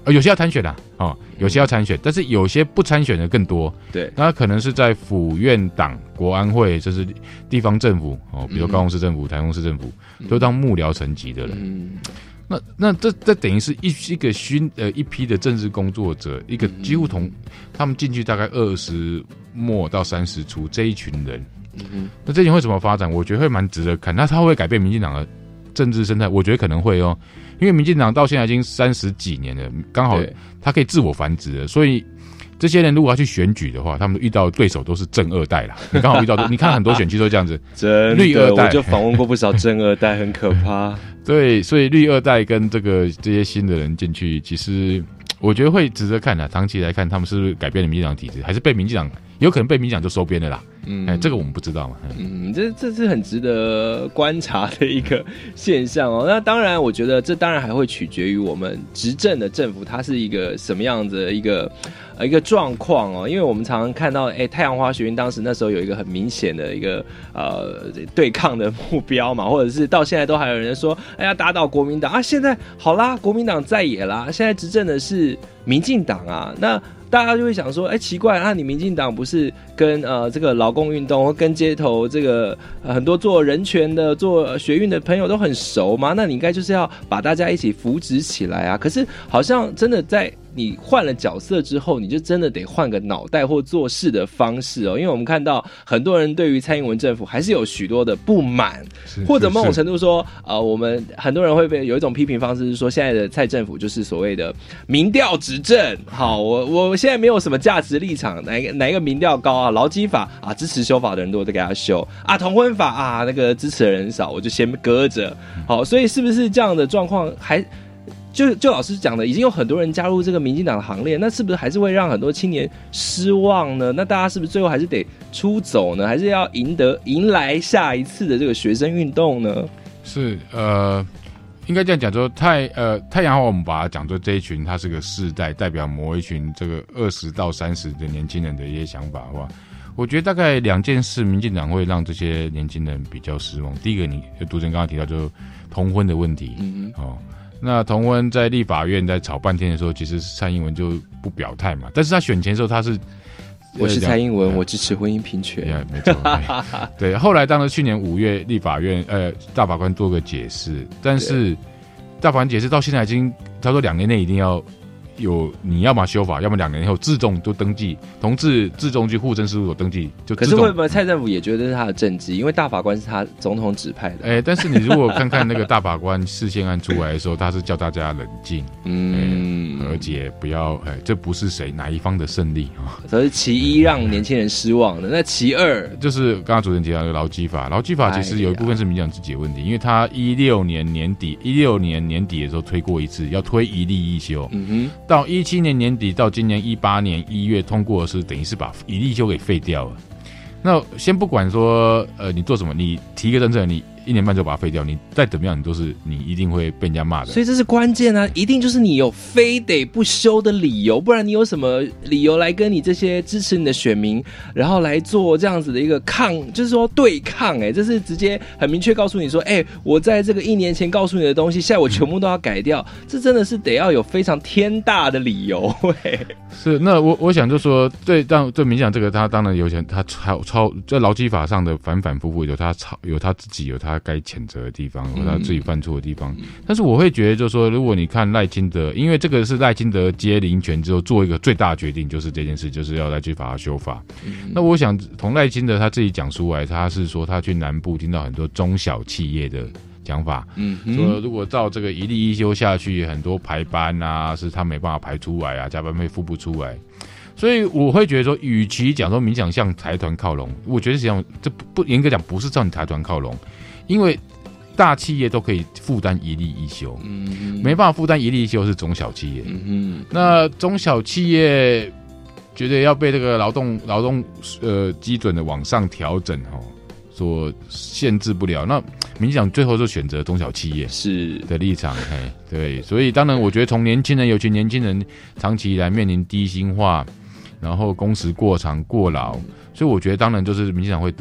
Speaker 4: 呃，有些要参选啦，哦，有些要参选，但是有些不参选的更多。
Speaker 3: 对，
Speaker 4: 那可能是在府院党、国安会，这是地方政府哦，比如高雄市政府、台中市政府，都当幕僚层级的人。嗯，那那这这等于是一一个勋呃一批的政治工作者，一个几乎同他们进去大概二十末到三十出这一群人。嗯，那这群会怎么发展？我觉得会蛮值得看。那他会改变民进党的政治生态？我觉得可能会哦，因为民进党到现在已经三十几年了，刚好他可以自我繁殖了，所以这些人如果要去选举的话，他们遇到的对手都是正二代啦。你刚好遇到，你看很多选区都这样子，
Speaker 3: 真的，绿二代，我就访问过不少正二代，很可怕。
Speaker 4: 对，所以绿二代跟这个这些新的人进去，其实我觉得会值得看的。长期来看，他们是不是改变了民进党体制，还是被民进党有可能被民进党就收编了啦？嗯，哎，这个我们不知道嘛。
Speaker 3: 嗯，这这是很值得观察的一个现象哦。那当然，我觉得这当然还会取决于我们执政的政府，它是一个什么样子的一个呃一个状况哦。因为我们常常看到，哎，太阳花学运当时那时候有一个很明显的一个呃对抗的目标嘛，或者是到现在都还有人说，哎呀，打倒国民党啊，现在好啦，国民党在野啦，现在执政的是民进党啊，那。大家就会想说，哎、欸，奇怪啊，你民进党不是跟呃这个劳工运动或跟街头这个、呃、很多做人权的、做学运的朋友都很熟吗？那你应该就是要把大家一起扶植起来啊。可是好像真的在你换了角色之后，你就真的得换个脑袋或做事的方式哦。因为我们看到很多人对于蔡英文政府还是有许多的不满，或者某种程度说，呃，我们很多人会被有一种批评方式是说，现在的蔡政府就是所谓的民调执政。好，我我现在没有什么价值立场，哪一个哪一个民调高啊？劳基法啊，支持修法的人多，都给他修啊；同婚法啊，那个支持的人少，我就先搁着。好，所以是不是这样的状况还？就就老师讲的，已经有很多人加入这个民进党的行列，那是不是还是会让很多青年失望呢？那大家是不是最后还是得出走呢？还是要赢得迎来下一次的这个学生运动呢？
Speaker 4: 是呃，应该这样讲说，太呃太阳花，我们把它讲作这一群，它是个世代，代表某一群这个二十到三十的年轻人的一些想法的话，我觉得大概两件事，民进党会让这些年轻人比较失望。第一个，你杜正刚刚提到就是同婚的问题，嗯哦。那同婚在立法院在吵半天的时候，其实蔡英文就不表态嘛。但是他选前的时候，他是
Speaker 3: 我是蔡英文，我支持婚姻平权。
Speaker 4: Yeah, 没错。对，后来当然去年五月立法院呃大法官做个解释，但是大法官解释到现在已经他说两年内一定要有你要么修法，要么两年后自动都登记，同志自动去户政事务所登记就自动。
Speaker 3: 可是会不会蔡政府也觉得是他的政绩？因为大法官是他总统指派的。
Speaker 4: 哎、欸，但是你如果看看那个大法官释宪案出来的时候，他是叫大家冷静，嗯，和解，不要，哎、欸，这不是谁哪一方的胜利啊。
Speaker 3: 所以其一让年轻人失望的，那其二
Speaker 4: 就是刚刚主持人提到的劳基法，劳基法其实有一部分是民进党自己的问题，因为他一六年年底一六年年底的时候推过一次，要推一例一休，嗯哼。到一七年年底到今年一八年一月通过的是，等于是把一例休给废掉了。那先不管说，呃，你做什么，你提一个政策，你一年半就把它废掉，你再怎么样，你都是你一定会被人家骂的。
Speaker 3: 所以这是关键啊，一定就是你有非得不休的理由，不然你有什么理由来跟你这些支持你的选民，然后来做这样子的一个抗，就是说对抗、欸？哎，这是直接很明确告诉你说，哎、欸，我在这个一年前告诉你的东西，现在我全部都要改掉，这真的是得要有非常天大的理由、欸。
Speaker 4: 是，那我我想就说，对，但对民进党这个，他当然有钱，他超超在劳基法上的反反复复有他超有他自己有他该谴责的地方，有他自己犯错的地方。嗯、但是我会觉得，就是说，如果你看赖清德，因为这个是赖清德接林权之后做一个最大的决定，就是这件事，就是要来去把它修法。嗯、那我想从赖清德他自己讲出来，他是说他去南部听到很多中小企业的讲法，嗯，说如果照这个一例一休下去，很多排班啊，是他没办法排出来啊，加班费付不出来。所以我会觉得说，与其讲说民进党向财团靠拢，我觉得实际上这不不严格讲不是向财团靠拢，因为大企业都可以负担一例一休，嗯，没办法负担一例一休是中小企业，嗯，那中小企业觉得要被这个劳动劳动呃基准的往上调整哦，所限制不了，那民进党最后就选择中小企业
Speaker 3: 是的
Speaker 4: 立场，嘿，对，所以当然我觉得从年轻人，尤其年轻人长期以来面临低薪化。然后工时过长过劳，所以我觉得当然就是民进党会得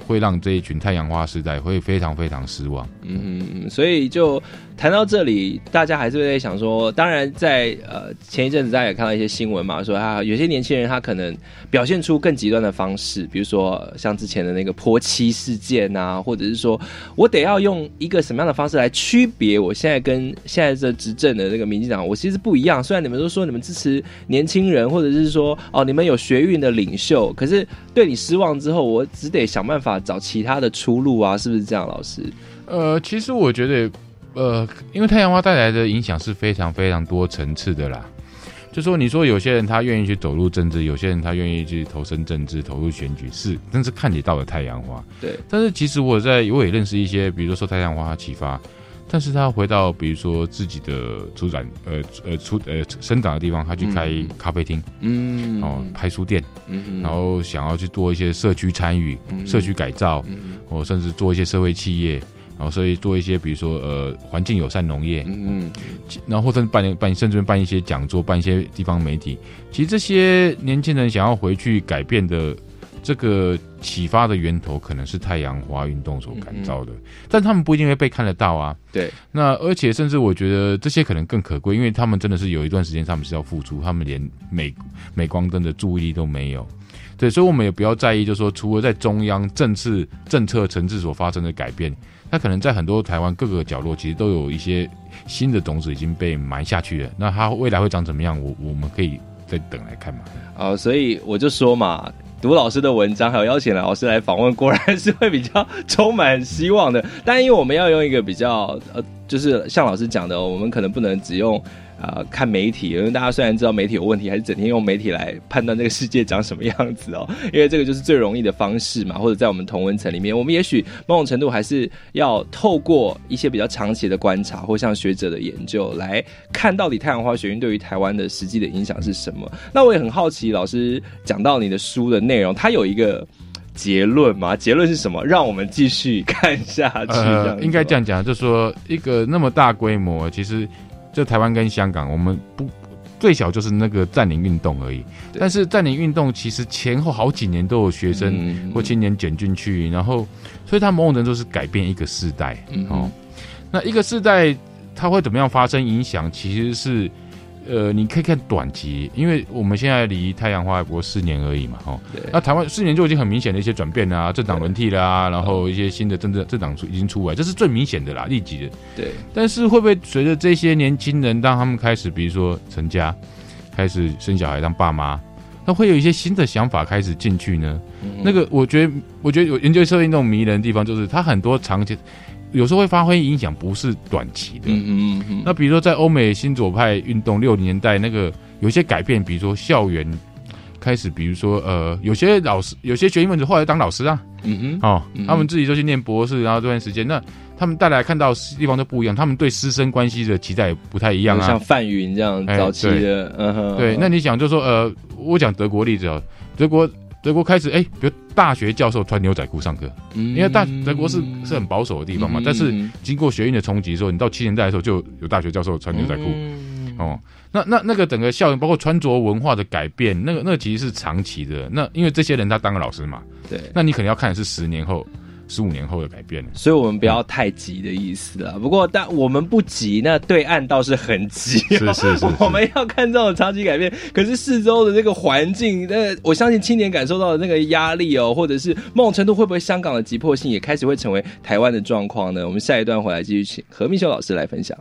Speaker 4: 会让这一群太阳花世代会非常非常失望。
Speaker 3: 嗯，所以就谈到这里，大家还是会在想说，当然在呃前一阵子大家也看到一些新闻嘛，说他有些年轻人他可能表现出更极端的方式，比如说像之前的那个泼漆事件啊，或者是说我得要用一个什么样的方式来区别我现在跟现在这执政的这个民进党，我其实不一样。虽然你们都说你们支持年轻人，或者是说哦你们有学运的领袖，可是对你失望之后，我只得想办法找其他的出路啊，是不是这样，老师？
Speaker 4: 呃，其实我觉得，呃，因为太阳花带来的影响是非常非常多层次的啦。就说你说有些人他愿意去走入政治，有些人他愿意去投身政治、投入选举，是真是看得到的太阳花。
Speaker 3: 对。
Speaker 4: 但是其实我在我也认识一些，比如说受太阳花启发，但是他回到比如说自己的出展呃呃出呃生长的地方，他去开咖啡厅，嗯，哦，开书店，嗯，然后想要去做一些社区参与、嗯、社区改造，嗯，或甚至做一些社会企业。然后，所以做一些，比如说，呃，环境友善农业，嗯，然后或者办办，甚至办一些讲座，办一些地方媒体。其实这些年轻人想要回去改变的这个启发的源头，可能是太阳花运动所感召的，嗯、但他们不一定会被看得到啊。
Speaker 3: 对，
Speaker 4: 那而且甚至我觉得这些可能更可贵，因为他们真的是有一段时间他们是要付出，他们连镁镁光灯的注意力都没有。对，所以我们也不要在意，就是说，除了在中央政治政策层次所发生的改变，它可能在很多台湾各个角落，其实都有一些新的种子已经被埋下去了。那它未来会长怎么样，我我们可以再等来看嘛。
Speaker 3: 哦，所以我就说嘛，读老师的文章，还有邀请老师来访问，果然是会比较充满希望的。但因为我们要用一个比较呃，就是像老师讲的、哦，我们可能不能只用。呃，看媒体，因为大家虽然知道媒体有问题，还是整天用媒体来判断这个世界长什么样子哦。因为这个就是最容易的方式嘛，或者在我们同温层里面，我们也许某种程度还是要透过一些比较长期的观察，或像学者的研究来看到底太阳花学运对于台湾的实际的影响是什么。那我也很好奇，老师讲到你的书的内容，它有一个结论吗？结论是什么？让我们继续看下去。
Speaker 4: 呃，应该这样讲，就是说一个那么大规模，其实。就台湾跟香港，我们不最小就是那个占领运动而已。但是占领运动其实前后好几年都有学生或青年卷进去，然后所以它某种程度是改变一个世代。嗯、哦，那一个世代它会怎么样发生影响？其实是呃，你可以看短期，因为我们现在离太阳花不过四年而已嘛，哦，那台湾四年就已经很明显的一些转变啦，政党轮替啦，然后一些新的政治政党已经出来，这是最明显的啦，立即的。
Speaker 3: 对，但
Speaker 4: 是会不会随着这些年轻人，当他们开始，比如说成家，开始生小孩当爸妈，那会有一些新的想法开始进去呢？嗯、那个，我觉得，我觉得有研究社会运动迷人的地方，就是它很多长期。有时候会发挥影响，不是短期的。嗯嗯嗯。那比如说，在欧美新左派运动六零年代，那个有一些改变，比如说校园开始，比如说呃，有些老师，有些学生分子后来当老师啊。嗯哼。哦，嗯、他们自己就去念博士，然后这段时间，那他们带来看到地方都不一样，他们对师生关系的期待也不太一样啊。
Speaker 3: 像范云这样早期的，
Speaker 4: 欸、
Speaker 3: 嗯哼。
Speaker 4: 对，那你想就说呃，我讲德国例子啊，德国。德国开始，哎、欸，比如大学教授穿牛仔裤上课，嗯、因为大德国是是很保守的地方嘛。嗯、但是经过学运的冲击之后，你到七年代的时候，就有大学教授穿牛仔裤。嗯、哦，那那那个整个校园包括穿着文化的改变，那个那个其实是长期的。那因为这些人他当了老师嘛，对，那你可能要看的是十年后。十五年后的改变，
Speaker 3: 所以我们不要太急的意思了。不过，但我们不急，那对岸倒是很急、
Speaker 4: 哦。是是 是, 是，
Speaker 3: 我们要看这种长期改变。可是四周的这个环境，那我相信青年感受到的那个压力哦，或者是某种程度会不会香港的急迫性也开始会成为台湾的状况呢？我们下一段回来继续请何秘修老师来分享。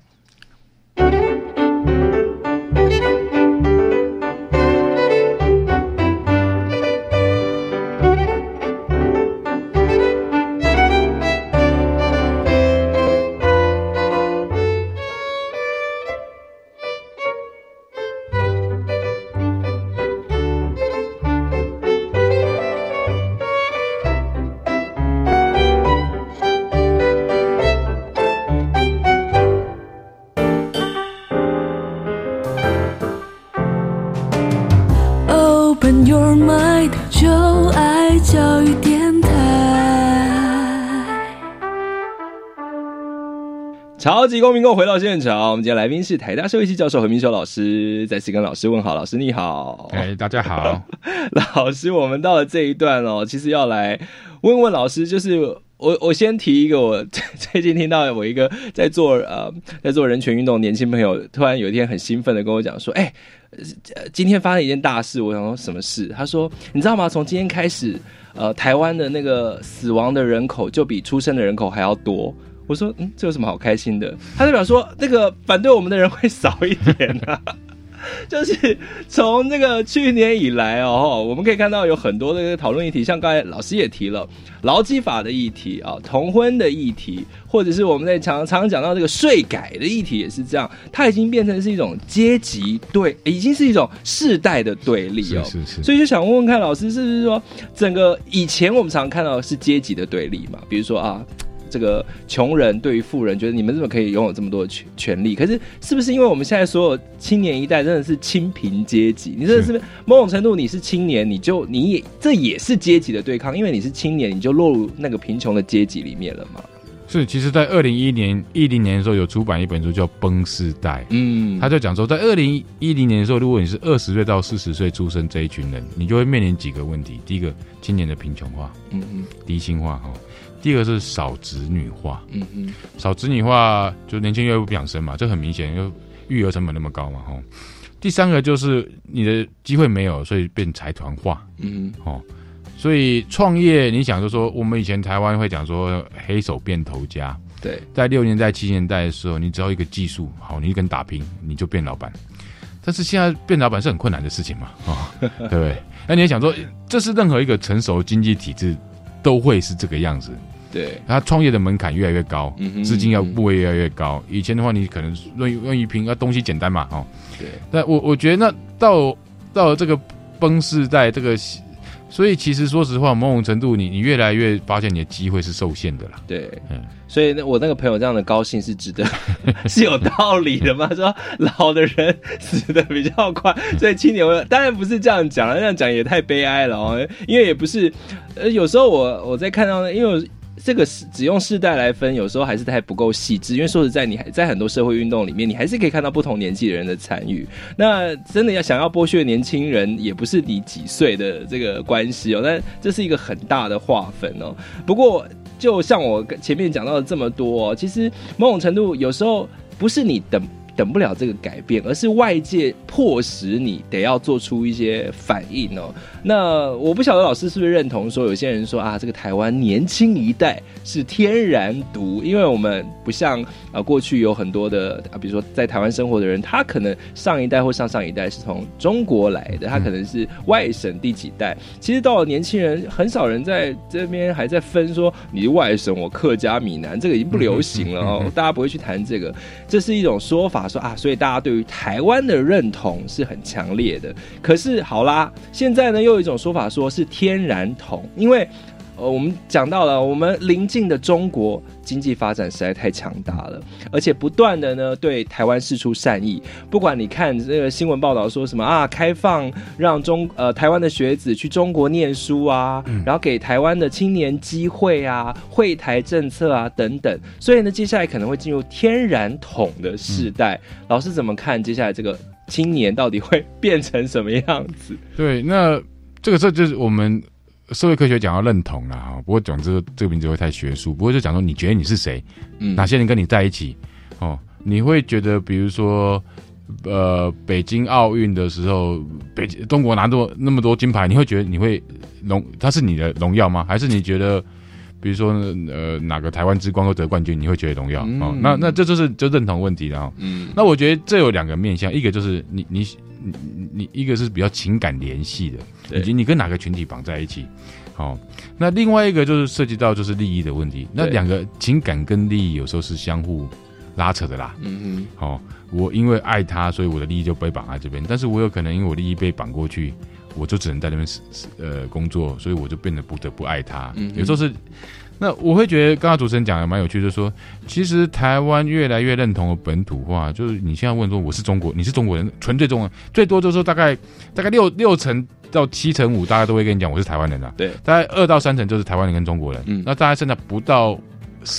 Speaker 3: 超级公民购回到现场，我们今天来宾是台大社会系教授何明修老师，再次跟老师问好，老师你好。
Speaker 4: 哎，大家好。
Speaker 3: 老师，我们到了这一段哦，其实要来问问老师，就是我我先提一个，我最近听到我一个在做呃在做人权运动的年轻朋友，突然有一天很兴奋的跟我讲说，哎，今天发生一件大事。我想说什么事？他说你知道吗？从今天开始，呃，台湾的那个死亡的人口就比出生的人口还要多。我说，嗯，这有什么好开心的？他代表说，那个反对我们的人会少一点啊。就是从那个去年以来哦，我们可以看到有很多的讨论议题，像刚才老师也提了劳基法的议题啊，同婚的议题，或者是我们在常常讲到这个税改的议题，也是这样，它已经变成是一种阶级对，已经是一种世代的对立哦。
Speaker 4: 是是是。
Speaker 3: 所以就想问问看老师，是不是说整个以前我们常常看到的是阶级的对立嘛？比如说啊。这个穷人对于富人，觉得你们怎么可以拥有这么多的权利？可是是不是因为我们现在所有青年一代真的是清贫阶级？你真的是某种程度你是青年，你就你也这也是阶级的对抗，因为你是青年，你就落入那个贫穷的阶级里面了嘛？
Speaker 4: 是，其实，在二零一零年的时候，有出版一本书叫《崩世代》，嗯，他就讲说，在二零一零年的时候，如果你是二十岁到四十岁出生这一群人，你就会面临几个问题。第一个，青年的贫穷化，嗯嗯，低薪化哈。第二个是少子女化，嗯嗯，少子女化就年轻越不想生嘛，这很明显，因为育儿成本那么高嘛，吼。第三个就是你的机会没有，所以变财团化，嗯哦，所以创业，你想就说，我们以前台湾会讲说黑手变头家，
Speaker 3: 对，
Speaker 4: 在六年代、七年代的时候，你只要一个技术好，你跟打拼，你就变老板。但是现在变老板是很困难的事情嘛，哦，对不对？那你也想说，这是任何一个成熟经济体制都会是这个样子。
Speaker 3: 对，
Speaker 4: 他创业的门槛越来越高，资金要部位越来越高。以前的话，你可能愿意愿意拼，啊，东西简单嘛，哦，
Speaker 3: 对。
Speaker 4: 但我我觉得那到到了这个崩世代，这个，所以其实说实话，某种程度你你越来越发现你的机会是受限的啦。
Speaker 3: 对，嗯，所以我那个朋友这样的高兴是值得，是有道理的嘛？说老的人死得比较快，所以青年当然不是这样讲了，这样讲也太悲哀了哦。因为也不是，呃，有时候我我在看到，因为我这个只用世代来分，有时候还是太不够细致。因为说实在，你还在很多社会运动里面，你还是可以看到不同年纪的人的参与。那真的要想要剥削年轻人，也不是你几岁的这个关系哦，但这是一个很大的划分哦。不过，就像我前面讲到的这么多哦，其实某种程度有时候不是你等。等不了这个改变，而是外界迫使你得要做出一些反应哦。那我不晓得老师是不是认同说，有些人说啊，这个台湾年轻一代是天然毒，因为我们不像啊过去有很多的啊，比如说在台湾生活的人，他可能上一代或上上一代是从中国来的，他可能是外省第几代。其实到了年轻人，很少人在这边还在分说你是外省，我客家闽南，这个已经不流行了哦，大家不会去谈这个，这是一种说法。说啊，所以大家对于台湾的认同是很强烈的。可是好啦，现在呢又有一种说法，说是天然同，因为呃，我们讲到了，我们邻近的中国经济发展实在太强大了，而且不断的呢对台湾释出善意。不管你看这个新闻报道说什么啊，开放让中呃台湾的学子去中国念书啊，嗯、然后给台湾的青年机会啊，惠台政策啊等等。所以呢，接下来可能会进入天然统的世代。嗯、老师怎么看接下来这个青年到底会变成什么样子？
Speaker 4: 对，那这个这就是我们。社会科学讲到认同啦，不过讲这个这个名字会太学术。不过就讲说，你觉得你是谁？嗯，哪些人跟你在一起？哦，你会觉得，比如说，呃，北京奥运的时候，北中国拿多那么多金牌，你会觉得你会荣，它是你的荣耀吗？还是你觉得，比如说，呃，哪个台湾之光会得冠军，你会觉得荣耀？嗯、哦，那那这就是就认同问题了。嗯，那我觉得这有两个面向，一个就是你你。你你一个是比较情感联系的，以及你跟哪个群体绑在一起，好、哦，那另外一个就是涉及到就是利益的问题。那两个情感跟利益有时候是相互拉扯的啦。嗯嗯，好、哦，我因为爱他，所以我的利益就被绑在这边，但是我有可能因为我利益被绑过去，我就只能在那边呃工作，所以我就变得不得不爱他。嗯，有时候是。那我会觉得刚刚主持人讲的蛮有趣，就是说，其实台湾越来越认同的本土化，就是你现在问说我是中国，你是中国人，纯粹中国人，最多就是说大概大概六六成到七成五，大家都会跟你讲我是台湾人啦。
Speaker 3: 对，
Speaker 4: 大概二到三成就是台湾人跟中国人。嗯，那大概剩下不到十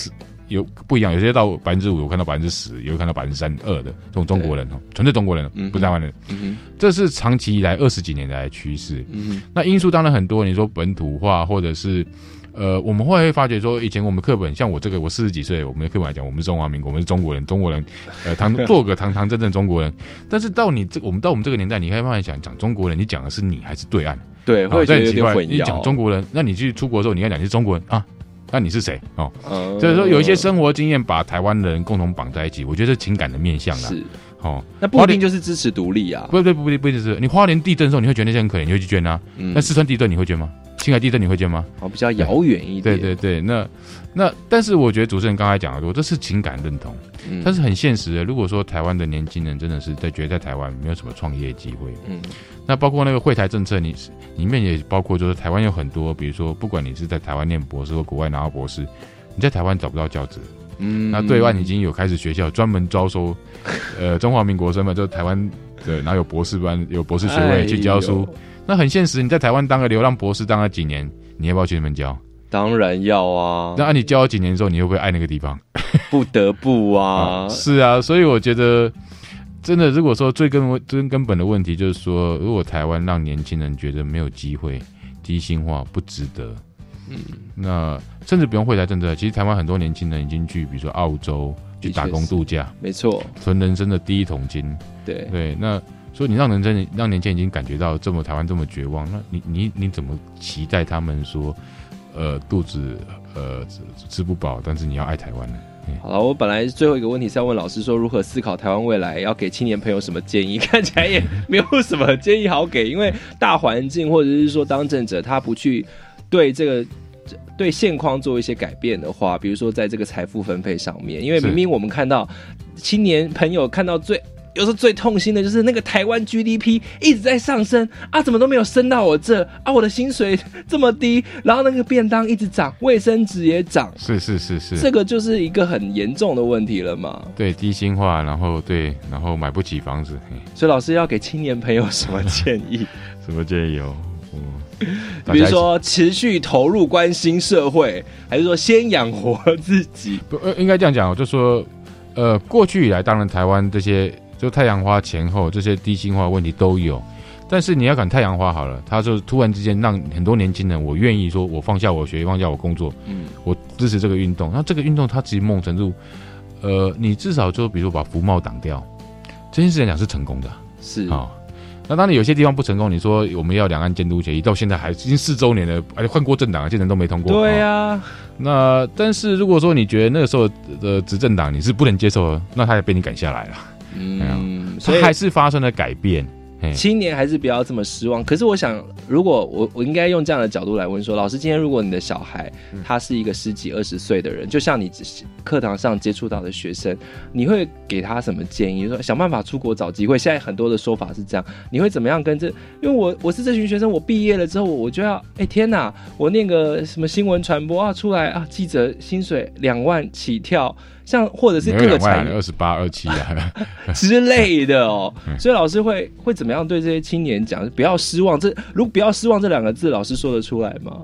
Speaker 4: 有不一样，有些到百分之五，有看到百分之十，有看到百分之三二的这种中国人哦，纯粹中国人，嗯、不是台湾人、嗯。这是长期以来二十几年来的趋势。嗯、那因素当然很多，你说本土化，或者是呃，我们后来会发觉说，以前我们课本像我这个，我四十几岁，我们的课本来讲，我们是中华民国，我们是中国人，中国人，呃，堂做个堂堂正正中国人。但是到你这，我们到我们这个年代，你可以慢慢想讲中国人，你讲的是你还是对岸？
Speaker 3: 对，会觉得有点混淆。
Speaker 4: 你讲中国人，那你去出国的时候，你要讲你是中国人啊。那你是谁哦？所以说有一些生活经验把台湾人共同绑在一起，我觉得是情感的面向啦。
Speaker 3: 是哦，那不一定就是支持独立啊。
Speaker 4: 不对不对不一定是。你花莲地震的时候，你会觉得那些很可怜，你会去捐啊。嗯、那四川地震你会捐吗？青海地震你会捐吗？
Speaker 3: 哦，比较遥远一点。
Speaker 4: 对对对，那那但是我觉得主持人刚才讲的多，这是情感认同，嗯、但是很现实的。如果说台湾的年轻人真的是在觉得在台湾没有什么创业机会，嗯，那包括那个惠台政策，你里面也包括就是台湾有很多，比如说不管你是在台湾念博士或国外拿到博士。你在台湾找不到教职，嗯，那对岸已经有开始学校专门招收，呃，中华民国身份，就是台湾的，然后有博士班，有博士学位去教书，哎、那很现实。你在台湾当个流浪博士当了几年，你要不要去那边教？
Speaker 3: 当然要啊。
Speaker 4: 那、啊、你教了几年之后，你会不会爱那个地方？
Speaker 3: 不得不啊。
Speaker 4: 啊是啊，所以我觉得，真的，如果说最根最根本的问题就是说，如果台湾让年轻人觉得没有机会、低薪化、不值得。嗯，那甚至不用惠台政策，其实台湾很多年轻人已经去，比如说澳洲去打工度假，
Speaker 3: 没错，
Speaker 4: 存人生的第一桶金。
Speaker 3: 对对，
Speaker 4: 那所以你让人生让年轻人已经感觉到这么台湾这么绝望，那你你你怎么期待他们说，呃，肚子呃吃不饱，但是你要爱台湾呢？
Speaker 3: 好了，我本来最后一个问题是要问老师说，如何思考台湾未来，要给青年朋友什么建议？看起来也没有什么建议好给，因为大环境或者是说当政者他不去对这个。对现况做一些改变的话，比如说在这个财富分配上面，因为明明我们看到青年朋友看到最有时候最痛心的就是那个台湾 G D P 一直在上升啊，怎么都没有升到我这啊，我的薪水这么低，然后那个便当一直涨，卫生纸也涨，
Speaker 4: 是是是是，
Speaker 3: 这个就是一个很严重的问题了嘛。
Speaker 4: 对，低薪化，然后对，然后买不起房子，
Speaker 3: 所以老师要给青年朋友什么建议？
Speaker 4: 什么建议哦？
Speaker 3: 比如说持续投入关心社会，还是说先养活自己？
Speaker 4: 不，应该这样讲，就说，呃，过去以来，当然台湾这些就太阳花前后这些低薪化问题都有，但是你要讲太阳花好了，它就突然之间让很多年轻人，我愿意说我放下我学业，放下我工作，嗯，我支持这个运动。那这个运动它其实某种程度，呃，你至少就比如说把服贸挡掉，这件事情讲是成功的，
Speaker 3: 是啊。
Speaker 4: 哦那当然有些地方不成功，你说我们要两岸监督协议，到现在还已经四周年了，而且换过政党，现在都没通过。
Speaker 3: 对啊、哦，
Speaker 4: 那但是如果说你觉得那个时候的执政党你是不能接受的，那他也被你赶下来了。嗯，所以还是发生了改变。
Speaker 3: 青年还是不要这么失望。可是我想，如果我我应该用这样的角度来问说，老师，今天如果你的小孩他是一个十几二十岁的人，就像你课堂上接触到的学生，你会给他什么建议？说想办法出国找机会。现在很多的说法是这样，你会怎么样跟这？因为我我是这群学生，我毕业了之后，我就要哎天哪，我念个什么新闻传播啊，出来啊，记者薪水两万起跳。像或者是各个产业
Speaker 4: 二十八、二七啊
Speaker 3: 之类的哦，所以老师会会怎么样对这些青年讲？不要失望，这如果不要失望这两个字，老师说得出来吗？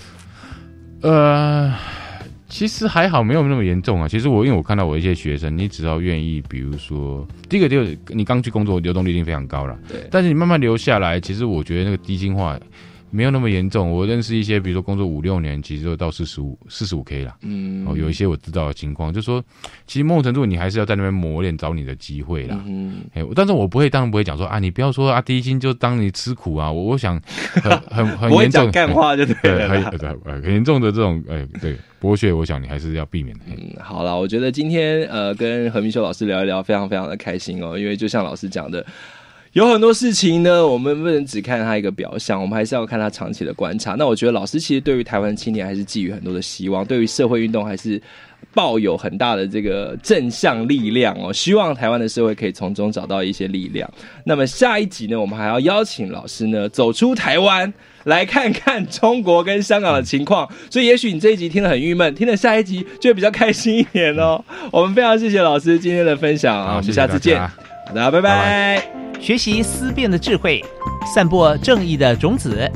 Speaker 4: 呃，其实还好，没有那么严重啊。其实我因为我看到我一些学生，你只要愿意，比如说第一个就是你刚去工作，流动率一定非常高了，对。但是你慢慢留下来，其实我觉得那个低薪化没有那么严重。我认识一些，比如说工作五六年，其实就到四十五、四十五 K 啦。嗯，哦，有一些我知道的情况，就是说，其实某种程度你还是要在那边磨练，找你的机会啦。嗯，哎，但是我不会，当然不会讲说啊，你不要说啊，低薪就当你吃苦啊。我我想很很很严重，
Speaker 3: 干话就对了啦。
Speaker 4: 很很严重的这种哎，对剥削，我想你还是要避免的。
Speaker 3: 嗯，好了，我觉得今天呃跟何明修老师聊一聊，非常非常的开心哦，因为就像老师讲的。有很多事情呢，我们不能只看他一个表象，我们还是要看他长期的观察。那我觉得老师其实对于台湾青年还是寄予很多的希望，对于社会运动还是抱有很大的这个正向力量哦，希望台湾的社会可以从中找到一些力量。那么下一集呢，我们还要邀请老师呢走出台湾，来看看中国跟香港的情况。所以也许你这一集听得很郁闷，听了下一集就会比较开心一点哦。我们非常谢谢老师今天的分享啊，我们下次见，好的，拜拜。拜拜。
Speaker 1: 学习思辨的智慧，散播正义的种子。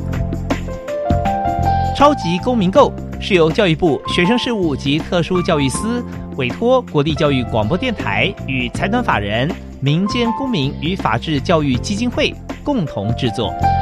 Speaker 1: 超级公民购是由教育部学生事务及特殊教育司委托国立教育广播电台与财团法人民间公民与法治教育基金会共同制作。